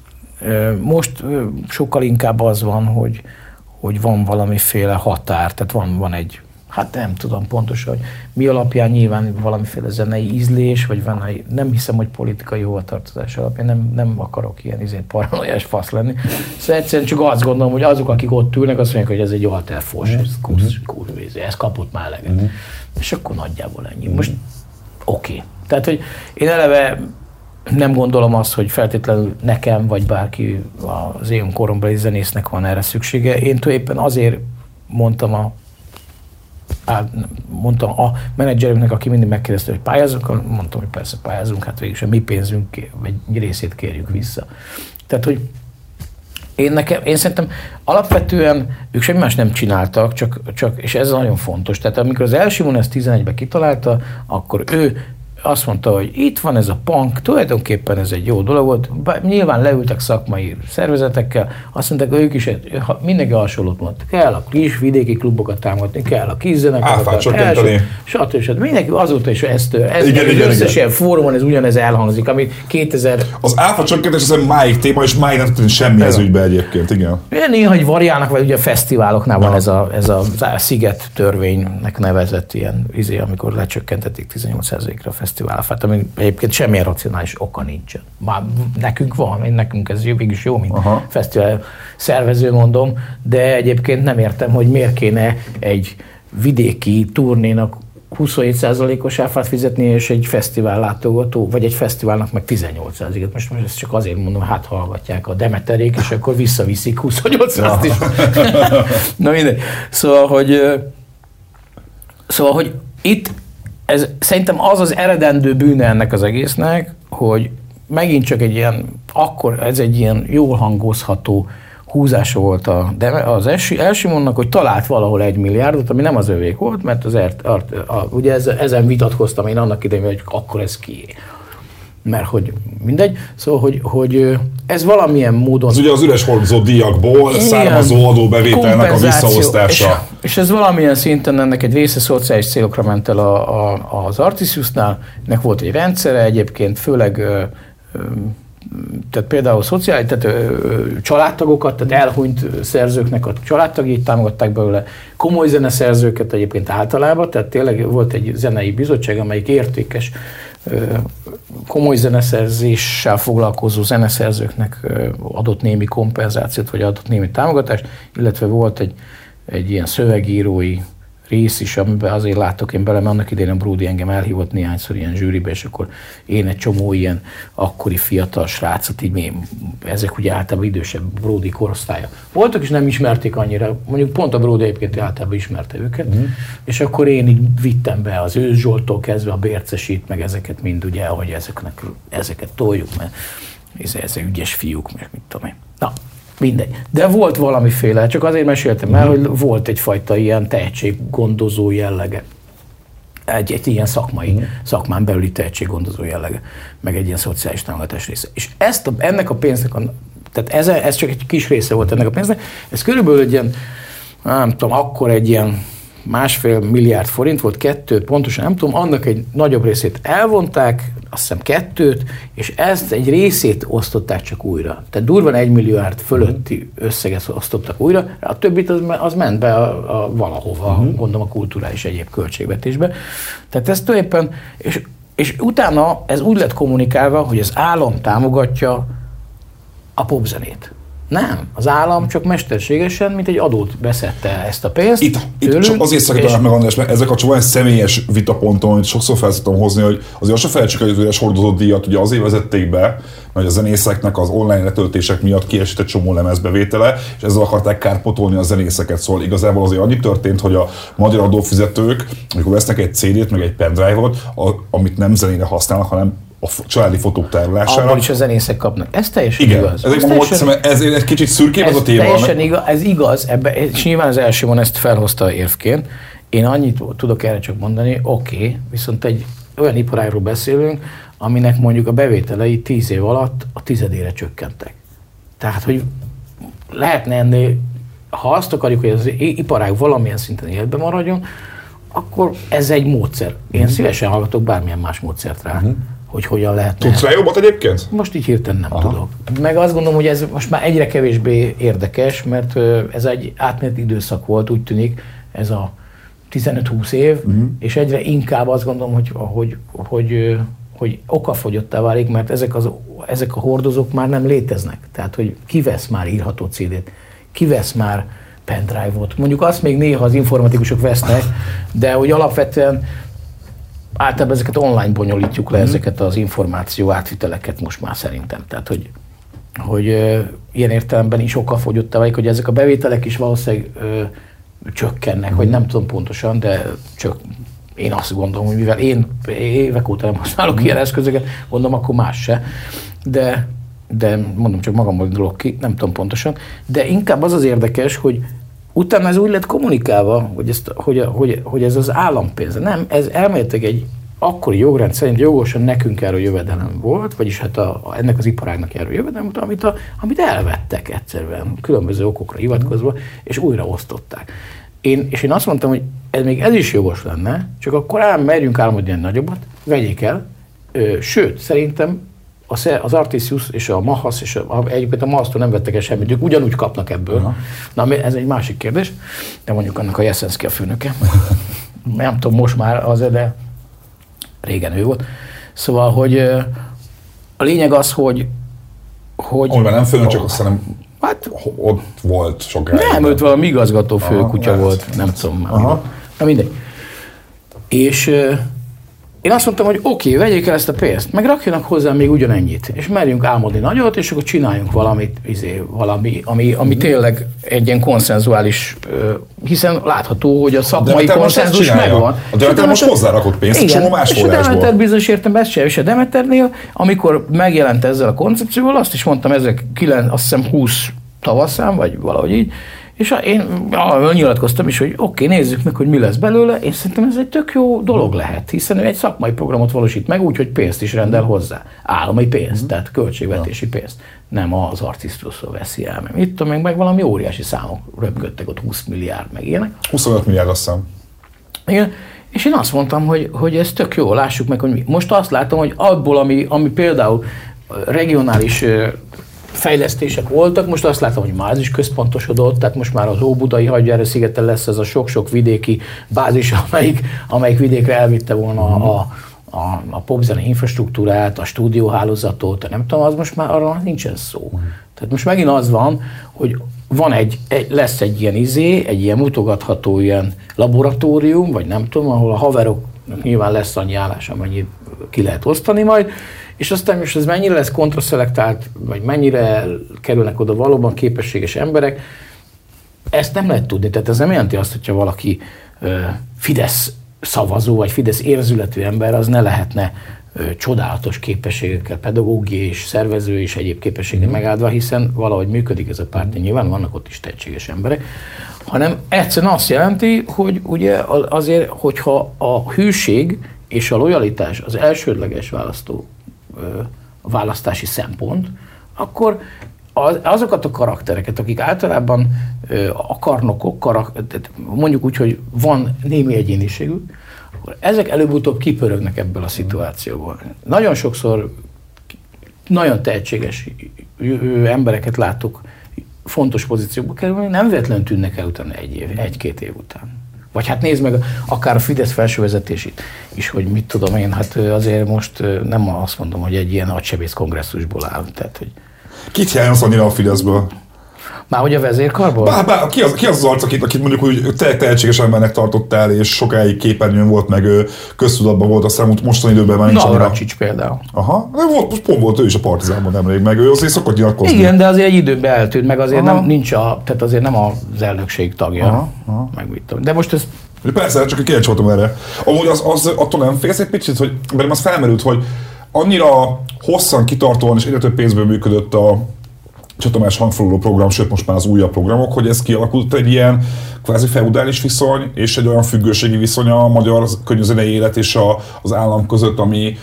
most sokkal inkább az van, hogy, hogy van valamiféle határ, tehát van, van egy Hát nem tudom pontosan, hogy mi alapján, nyilván valamiféle zenei ízlés, vagy van, nem hiszem, hogy politikai hovatartozás alapján, nem, nem akarok ilyen izé paranoiás fasz lenni. Szóval egyszerűen csak azt gondolom, hogy azok, akik ott ülnek, azt mondják, hogy ez egy alterfors, ez kurz, kurz, ez kapott már eleget. Uh-huh. És akkor nagyjából ennyi. Most oké. Okay. Tehát, hogy én eleve nem gondolom azt, hogy feltétlenül nekem, vagy bárki az én korombeli zenésznek van erre szüksége. Én tulajdonképpen azért mondtam a mondtam a menedzserünknek, aki mindig megkérdezte, hogy pályázunk, mondtam, hogy persze pályázunk, hát végülis a mi pénzünk, vagy egy részét kérjük vissza. Tehát, hogy én, nekem, én szerintem alapvetően ők semmi más nem csináltak, csak, csak, és ez nagyon fontos. Tehát amikor az Elsimon ezt tizenegyben kitalálta, akkor ő azt mondta, hogy itt van ez a punk, tulajdonképpen ez egy jó dolog volt. Nyilván leültek szakmai szervezetekkel, azt mondták, hogy ők is mindenki hasonlót mondta. Kell a kis vidéki klubokat támogatni, kell a kis zenekarokat, stb. stb. Mindenki azóta is ezt, ez igen, igen, összes ilyen fórumon ez ugyanez elhangzik, ami kétezer... Az áfa csökkentés az egy máig téma, és máig nem tudni semmi ez ügybe egyébként, igen. Néha, hogy variálnak, vagy ugye a fesztiváloknál van ez a, ez a Sziget törvénynek nevezett ilyen, izé, amikor lecsökkentették tizennyolc százalékra a fesztiválafát, ami egyébként semmilyen racionális oka nincsen. Már nekünk van, nekünk ez mégis jó, mint aha. fesztivál szervező, mondom, de egyébként nem értem, hogy miért kéne egy vidéki turnénak huszonhét százalékos áfát fizetni, és egy fesztivál látogató, vagy egy fesztiválnak meg tizennyolc százalékot. Most, most ezt csak azért mondom, hát hallgatják a Demeterék, és akkor visszaviszik huszonnyolc százalékot is. Na mindegy. Szóval, hogy, szóval, hogy itt ez, szerintem az az eredendő bűne ennek az egésznek, hogy megint csak egy ilyen, akkor ez egy ilyen jól hangozható húzása volt a, de az Elsimonnak, hogy talált valahol egy milliárdot, ami nem az övék volt, mert az ert, art, a, ugye ez, ezen vitatkoztam én annak idején, hogy akkor ez kié. Mert hogy mindegy, szóval, hogy, hogy ez valamilyen módon... Ez ugye az üres hordozó díjakból származó adóbevételnek a visszaosztása. És, és ez valamilyen szinten ennek egy része szociális célokra ment el a, a, az Artisiusnál, ennek volt egy rendszere egyébként, főleg ö, ö, tehát például szociális, tehát ö, ö, családtagokat, tehát elhunyt szerzőknek a családtagjait támogatták belőle, komoly zeneszerzőket egyébként általában, tehát tényleg volt egy zenei bizottság, amelyik értékes, ö, komoly zeneszerzéssel foglalkozó zeneszerzőknek ö, adott némi kompenzációt, vagy adott némi támogatást, illetve volt egy, egy ilyen szövegírói rész is, amiben azért látok én bele, mert annak idején a Brody engem elhívott néhányszor ilyen zsűribe, és akkor én egy csomó ilyen akkori fiatal srácot, így még, ezek ugye általában idősebb Brody korosztálya voltak, és nem ismerték annyira, mondjuk pont a Brody egyébként általában ismerte őket, mm. és akkor én így vittem be az Ősz Zsolttól kezdve a Bércesít, meg ezeket mind ugye, hogy ezeknek, ezeket toljuk, mert ezek ügyes fiúk, meg mit tudom én. Na, mindegy. De volt valamiféle, csak azért meséltem el, hogy volt egyfajta ilyen tehetséggondozó jellege. Egy, egy ilyen szakmai, mm. szakmán belüli tehetséggondozó jellege, meg egy ilyen szociális támogatás része. És ezt a, ennek a pénznek, a, tehát ez, ez csak egy kis része volt ennek a pénznek, ez körülbelül egy ilyen, nem tudom, akkor egy ilyen másfél milliárd forint volt, kettő, pontosan nem tudom, annak egy nagyobb részét elvonták, azt hiszem kettőt, és ezt egy részét osztották csak újra. Tehát durván egy milliárd fölötti összeget osztottak újra, a többit az, az ment be a, a valahova, uh-huh. gondolom a kulturális egyéb költségvetésbe. Tehát ez tulajdonképpen, és, és utána ez úgy lett kommunikálva, hogy az állam támogatja a popzenét. Nem, az állam csak mesterségesen, mint egy adót beszedte ezt a pénzt. Itt, itt csak azért szakítanak meg, András, mert ezek a csomó személyes vitaponton, amit sokszor fel szoktam hozni, hogy azért azt se felejtsük, hogy az üres hordozott díjat ugye azért vezették be, mert a zenészeknek az online letöltések miatt kiesett egy csomó lemezbevétele, és ezzel akarták kárpotolni a zenészeket. Szóval igazából azért annyi történt, hogy a magyar adófizetők, amikor vesznek egy cé dét, meg egy pendrive-ot, amit nem zenére használnak, hanem a családi fotók tárolására. Abból is a zenészek kapnak. Ez teljesen igen, igaz. Ez, ez, teljesen, ez egy kicsit szürkébb az a téma. Teljesen igaz, ez igaz, ebbe, és nyilván az Elsimon ezt felhozta érvként. Én annyit tudok erre csak mondani, oké, okay, viszont egy olyan iparágról beszélünk, aminek mondjuk a bevételei tíz év alatt a tizedére csökkentek. Tehát, hogy lehetne ennél, ha azt akarjuk, hogy az iparág valamilyen szinten életben maradjon, akkor ez egy módszer. Én szívesen hallgatok bármilyen más módszert rá. Uh-huh. hogy hogyan lehetne. Tudsz rá jobbat egyébként? Most így hirtelen nem aha. tudok. Meg azt gondolom, hogy ez most már egyre kevésbé érdekes, mert ez egy átmeneti időszak volt, úgy tűnik, ez a tizenöt-húsz év, uh-huh. és egyre inkább azt gondolom, hogy, hogy, hogy, hogy okafogyottá válik, mert ezek, az, ezek a hordozók már nem léteznek. Tehát, hogy ki vesz már írható cé dét, ki vesz már pendrive-ot. Mondjuk azt még néha az informatikusok vesznek, de hogy alapvetően általában ezeket online bonyolítjuk le, mm. ezeket az információ átviteleket most már szerintem. Tehát, hogy, hogy ö, ilyen értelemben is okafogyottá válik, hogy ezek a bevételek is valószínűleg ö, csökkennek, mm. vagy nem tudom pontosan, de csak én azt gondolom, hogy mivel én évek óta nem használok mm. ilyen eszközöket, mondom, akkor más se. De, de mondom, csak magamból indulok ki, nem tudom pontosan. De inkább az az érdekes, hogy utána ez úgy lett kommunikálva, hogy, ezt, hogy, hogy, hogy ez az állampénz. Nem, ez elméletileg egy akkori jogrend szerint jogosan nekünk járó jövedelem volt, vagyis hát a, a, ennek az iparágnak járó jövedelem volt, amit, a, amit elvettek egyszerűen, különböző okokra hivatkozva, és újra osztották. Én, és én azt mondtam, hogy ez még ez is jogos lenne, csak akkor ám merjünk álmodni egy nagyobbat, vegyék el, ö, sőt, szerintem az Artisius és a Mahasz, és a, egyébként a Mahasztól nem vettek el semmit, ők ugyanúgy kapnak ebből. Uh-huh. Na, ez egy másik kérdés, de mondjuk annak a Jeszenszky a főnöke. Nem tudom, most már az, de régen ő volt. Szóval, hogy a lényeg az, hogy... hogy Amiben nem főnök, csak azt hiszem, hát, ott volt sokáig. Nem, őt valami igazgató főkutya Aha, volt, lehet. Nem tudom már. Na mindegy. És... Én azt mondtam, hogy oké, okay, vegyék el ezt a pénzt, meg rakjanak hozzá még ugyanennyit, és merjünk álmodni nagyot, és akkor csináljunk valamit, izé, valami, ami, ami tényleg egy ilyen konszenzuális, hiszen látható, hogy a szakmai konszenzus megvan. A Demeter most hozzárakott pénzt, igen, csomó más forrásból. És a Demeter bizonyos értem ezt sem, és a Demeternél, amikor megjelent ezzel a koncepcióval, azt is mondtam, ezek kilenc, azt hiszem húsz tavaszán, vagy valahogy így, és én nyilatkoztam is, hogy oké, okay, nézzük meg, hogy mi lesz belőle. Én szerintem ez egy tök jó dolog lehet, hiszen ő egy szakmai programot valósít meg úgy, hogy pénzt is rendel hozzá. Állami pénzt, tehát költségvetési pénzt. Nem az Artisiustól veszi el, mert mit tudom, meg, meg valami óriási számok röpködtek ott, húsz milliárd, meg ilyenek. huszonöt milliárd azt hiszem. Igen. És én azt mondtam, hogy, hogy ez tök jó, lássuk meg, hogy mi. Most azt látom, hogy abból, ami, ami például regionális fejlesztések voltak, most azt látom, hogy már ez is központosodott, tehát most már az Óbudai Hadjárat-szigeten lesz ez a sok-sok vidéki bázis, amelyik, amelyik vidékre elvitte volna a, a, a popzene infrastruktúrát, a stúdióhálózatot, nem tudom, az most már arra nincsen szó. Tehát most megint az van, hogy van egy, egy, lesz egy ilyen izé, egy ilyen mutogatható ilyen laboratórium, vagy nem tudom, ahol a haverok nyilván lesz annyi állás, amennyit ki lehet osztani majd, és aztán most ez mennyire lesz kontraszelektált, vagy mennyire kerülnek oda valóban képességes emberek, ezt nem lehet tudni. Tehát ez nem jelenti azt, hogyha valaki ö, Fidesz szavazó, vagy Fidesz érzületű ember, az ne lehetne ö, csodálatos képességekkel, pedagógiai és szervező és egyéb képességgel megáldva, hiszen valahogy működik ez a párt, nyilván vannak ott is tehetséges emberek, hanem egyszerűen azt jelenti, hogy ugye azért, hogyha a hűség és a lojalitás az elsődleges választó a választási szempont, akkor az, azokat a karaktereket, akik általában akarnokok, karak, mondjuk úgy, hogy van némi egyéniségük, akkor ezek előbb-utóbb kipörögnek ebből a szituációból. Nagyon sokszor nagyon tehetséges embereket látok fontos pozíciókba kerülni, nem véletlenül tűnnek el utána egy év, egy-két év után. Vagy hát nézd meg akár a Fidesz felsővezetését is, hogy mit tudom én, hát azért most nem azt mondom, hogy egy ilyen agysebész kongresszusból áll. Tehát, hogy... Kit jelentsz annyira a Fideszből? Már hogy a vezérkarból? Bár, bár, ki, az, ki az az arc, akit, akit mondjuk úgy te, tehetséges embernek tartottál, és sokáig képernyőn volt, meg köztudatban volt, aztán mostani időben már nincs annyira. Navracsics például. Aha, de volt, most pont volt ő is a Partizánban nemrég, meg ő azért szokott nyilatkozni. Igen, de azért egy időben eltűnt, meg azért nem, nincs a, tehát azért nem az elnökség tagja, aha, aha. Meg mit tudom. De most ez... Persze, csak kíváncsi voltam erre. Amúgy az, az, attól nem félsz egy picit, hogy mert az felmerült, hogy annyira hosszan, kitartóan és egyre több pénzből működött a csatomás hangforduló program, sőt most már az újabb programok, hogy ez kialakult egy ilyen kvázi feudális viszony, és egy olyan függőségi viszony a magyar könnyűzenei élet és a, az állam között, ami,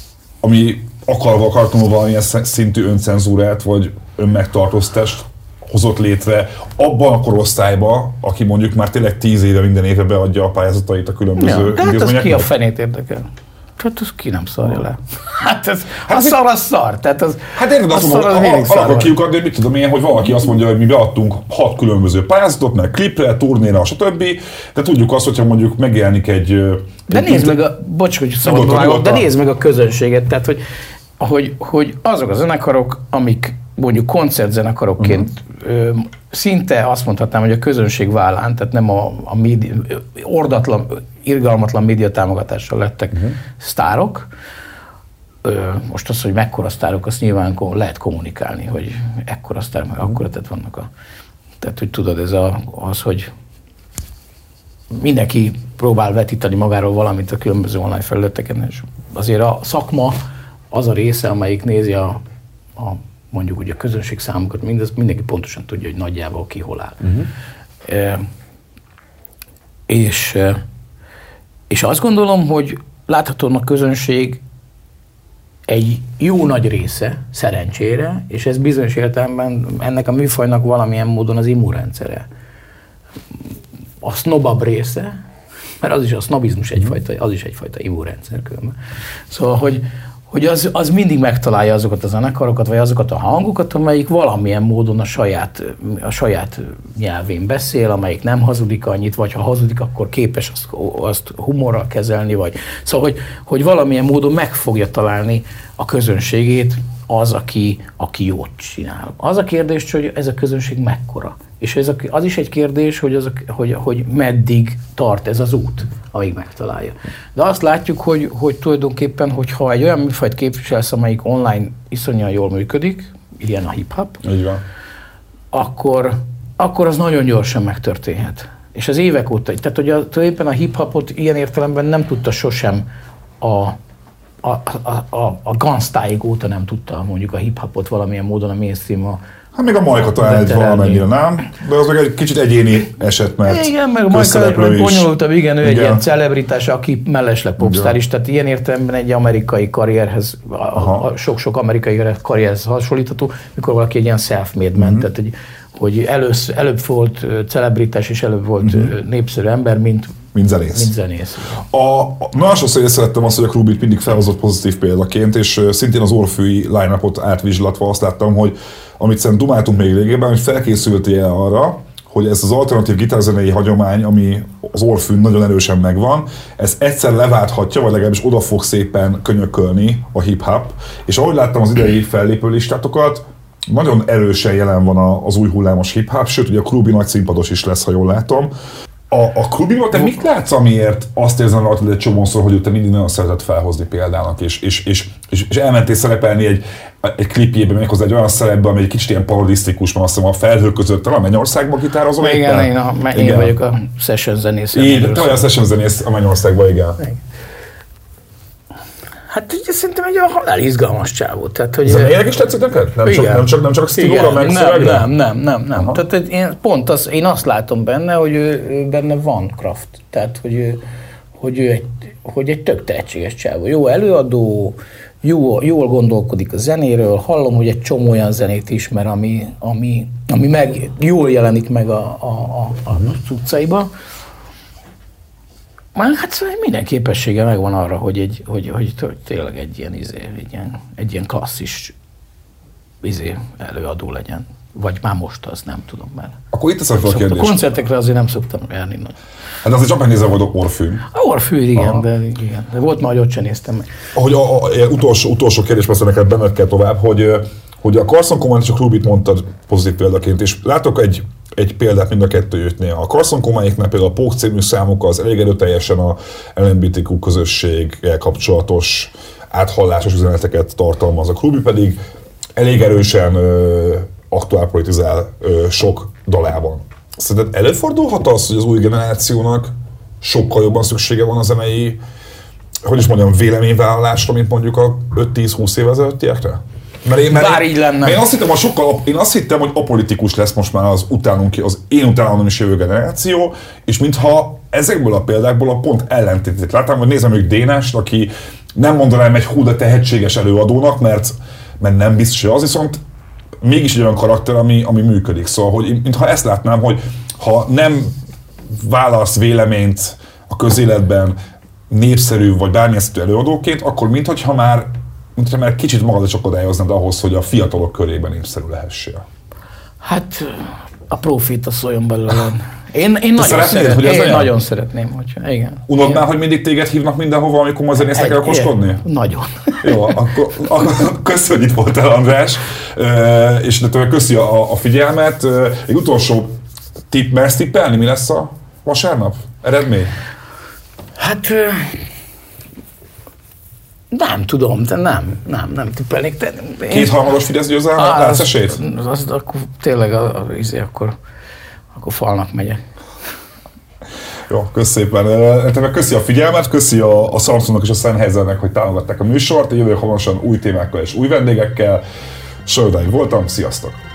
ami akarva akartam valamilyen szintű öncenzúrát, vagy önmegtartóztást hozott létre abban a korosztályban, aki mondjuk már tényleg tíz éve minden éve beadja a pályázatait a különböző ja, intézményeknek. Hát az ki a fenét érdekel? Hát az ki nem szarja le. Hát ez, hát a szar az szar. Tehát az, hát én azt mondom, alapok kiukadni, mit tudom én, hogy valaki azt mondja, hogy mi beadtunk hat különböző pályázatot, meg klipre, turnéra, stb. De tudjuk azt, hogyha mondjuk megjelenik egy... De egy nézd meg a... Bocs, hogy szabadba vágok, de nézd meg a közönséget. Tehát, hogy, hogy, hogy azok a zenekarok, amik mondjuk koncertzenekarokként uh-huh. szinte azt mondhatnám, hogy a közönség vállán, tehát nem a, a média, ordatlan, irgalmatlan médiatámogatással lettek uh-huh. sztárok. Most az, hogy mekkora sztárok, azt nyilván lehet kommunikálni, hogy ekkora sztárok, meg akkora, tehát vannak a... Tehát, hogy tudod, ez a, az, hogy mindenki próbál vetíteni magáról valamit a különböző online felületeken, és azért a szakma az a része, amelyik nézi a, a mondjuk ugye a közönség számokat, mindez, mindenki pontosan tudja, hogy nagyjából ki hol áll. Uh-huh. E, és, és azt gondolom, hogy láthatóan a közönség egy jó nagy része, szerencsére, és ez bizonyos értelemben ennek a műfajnak valamilyen módon az immunrendszere. A sznobabb része, mert az is a sznobizmus egyfajta, az is egyfajta immunrendszer különben. Szóval, hogy hogy az, az mindig megtalálja azokat a zenekarokat, vagy azokat a hangokat, amelyik valamilyen módon a saját, a saját nyelvén beszél, amelyik nem hazudik annyit, vagy ha hazudik, akkor képes azt, azt humorral kezelni, vagy szóval, hogy, hogy valamilyen módon meg fogja találni a közönségét az, aki, aki jót csinál. Az a kérdés, hogy ez a közönség mekkora. És ez a, az is egy kérdés, hogy, az a, hogy, hogy meddig tart ez az út, amíg megtalálja. De azt látjuk, hogy, hogy tulajdonképpen, hogyha egy olyan műfajt képviselsz, amelyik online iszonyan jól működik, ilyen a hip-hop, akkor, akkor az nagyon gyorsan megtörténhet. És az évek óta, tehát hogy a, tulajdonképpen a hip-hopot ilyen értelemben nem tudta sosem a A, a, a, a Gunstáig óta nem tudta mondjuk a hip-hopot valamilyen módon a mainstream a Hát még a Majka talán egy valamennyire nem, de az meg egy kicsit egyéni eset, mert igen, meg a Majka bonyolultabb, igen, ő igen. Egy ilyen celebritás, aki mellesleg popstar is, tehát ilyen értelemben egy amerikai karrierhez, a, a sok-sok amerikai karrierhez hasonlítható, mikor valaki egy ilyen self-made ment, mm-hmm. tehát hogy, hogy elősz, előbb volt celebritás és előbb volt mm-hmm. népszerű ember, mint Mint zenész. Mint zenész. A, nagyon sokszor én szerettem azt, hogy a Krubit mindig felhozott pozitív példaként, és szintén az Orfűi line-upot átvizslatva azt láttam, hogy amit szerintem dumáltunk még régében, hogy felkészültél arra, hogy ez az alternatív gitárzenei hagyomány, ami az Orfűn nagyon erősen megvan, ez egyszer leválthatja, vagy legalábbis oda fog szépen könyökölni a hip-hop. És ahogy láttam az idei fellépő listátokat, nagyon erősen jelen van az új hullámos hip-hop, sőt, ugye a Krubi nagy színpados is lesz, ha jól látom. A, a Krubiban te mit látsz, amiért azt érzem rajtad egy csomószor, hogy te mindig nagyon szeretett felhozni példának, és, és, és, és, és elmentél szerepelni egy, egy klipjében, méghozzá egy olyan szerepben, ami egy kicsit ilyen parodisztikus, mert azt hiszem a felhők között talán Mennyországban gitározol? Igen, én, a, én igen. vagyok a session zenész. Így, te vagy a session zenész a Mennyországban, igen. igen. Hát ugye szerintem egy halál izgalmas csávó. Tehát, hogy zeneileg is tetszik neked? Nem csak, nem csak, nem csak a stílóra, meg szövegre? Nem, nem, nem, nem. Tehát én pont az, én azt látom benne, hogy ő, ő benne van craft. Tehát, hogy ő, hogy ő egy, hogy egy tök tehetséges csávó. Jó előadó, jó, jól gondolkodik a zenéről, hallom, hogy egy csomó olyan zenét ismer, ami, ami, ami meg, jól jelenik meg a, a, a, a cuccaiba. Már hát szóval minden képessége megvan arra, hogy, egy, hogy, hogy tényleg egy ilyen, izé, egy ilyen, egy ilyen klasszis izé, előadó legyen. Vagy már most az, nem tudom már. Akkor itt teszem fel a kérdést. A koncertekre azért nem szoktam járni. Hát azért csak megnézem, hogy Orfűn. A Orfűn, igen, de, igen, de volt már, hogy ott sem néztem meg. Ahogy a, a, a utolsó, utolsó kérdés, persze neked benned kell tovább, hogy, hogy a Carson Coman és a Krubit mondtad pozitív példaként, és látok egy egy példát mind a kettőjüknél. A Carson Comanéknál például a Pók című számok az elég erőteljesen a el em bé té kú közösséggel kapcsolatos áthallásos üzeneteket tartalmaz. A Krubi pedig elég erősen ö, aktuálpolitizál ö, sok dalában. Szerinted előfordulhat az, hogy az új generációnak sokkal jobban szüksége van a zenei, hogy is mondjam, véleményvállalásra, mint mondjuk a öt-tíz-húsz év ezelőttiekre? Mert én, mert Bár így lenne. Én azt hittem, hogy sokkal, én azt hittem, hogy apolitikus lesz most már az utánunk, az én utánam is jövő generáció, és mintha ezekből a példákból a pont ellentétét láttam, hogy nézem ők Dénást, aki nem mondanám egy hú, de tehetséges előadónak, mert, mert nem biztos, hogy az, viszont mégis egy olyan karakter, ami, ami működik. Szóval, hogy mintha ezt látnám, hogy ha nem válasz véleményt a közéletben, népszerű, vagy bármilyen szintű előadóként, akkor mintha már, mintha már kicsit magad is akadályoznad ahhoz, hogy a fiatalok körében népszerű lehessél. Hát a profit a szóljon belőle. Én, én, nagyon, szeretnéd, szeret, hogy ez én olyan? nagyon szeretném, hogyha igen. Unod már, hogy mindig téged hívnak mindenhova, amikor ma zenésznek kell okoskodni? Nagyon. Jó, akkor, akkor köszi, hogy itt voltál, András, és de köszi a, a figyelmet. Egy utolsó tipp, mersz tippelni, mi lesz a vasárnap? Eredmény? Hát nem tudom, de nem, nem, nem tippelnék. Te, én... Kétharmados Fidesz győzelme, látsz esélyt? Az, az, akkor tényleg a, a, izé, akkor, akkor falnak megyek. Jó, kösz szépen. Tehát köszi a figyelmet, köszi a, a Samsungnak és a Sennheisernek, hogy támogatták a műsort. Jövő hamarosan új témákkal és új vendégekkel. Söldáig voltam, sziasztok!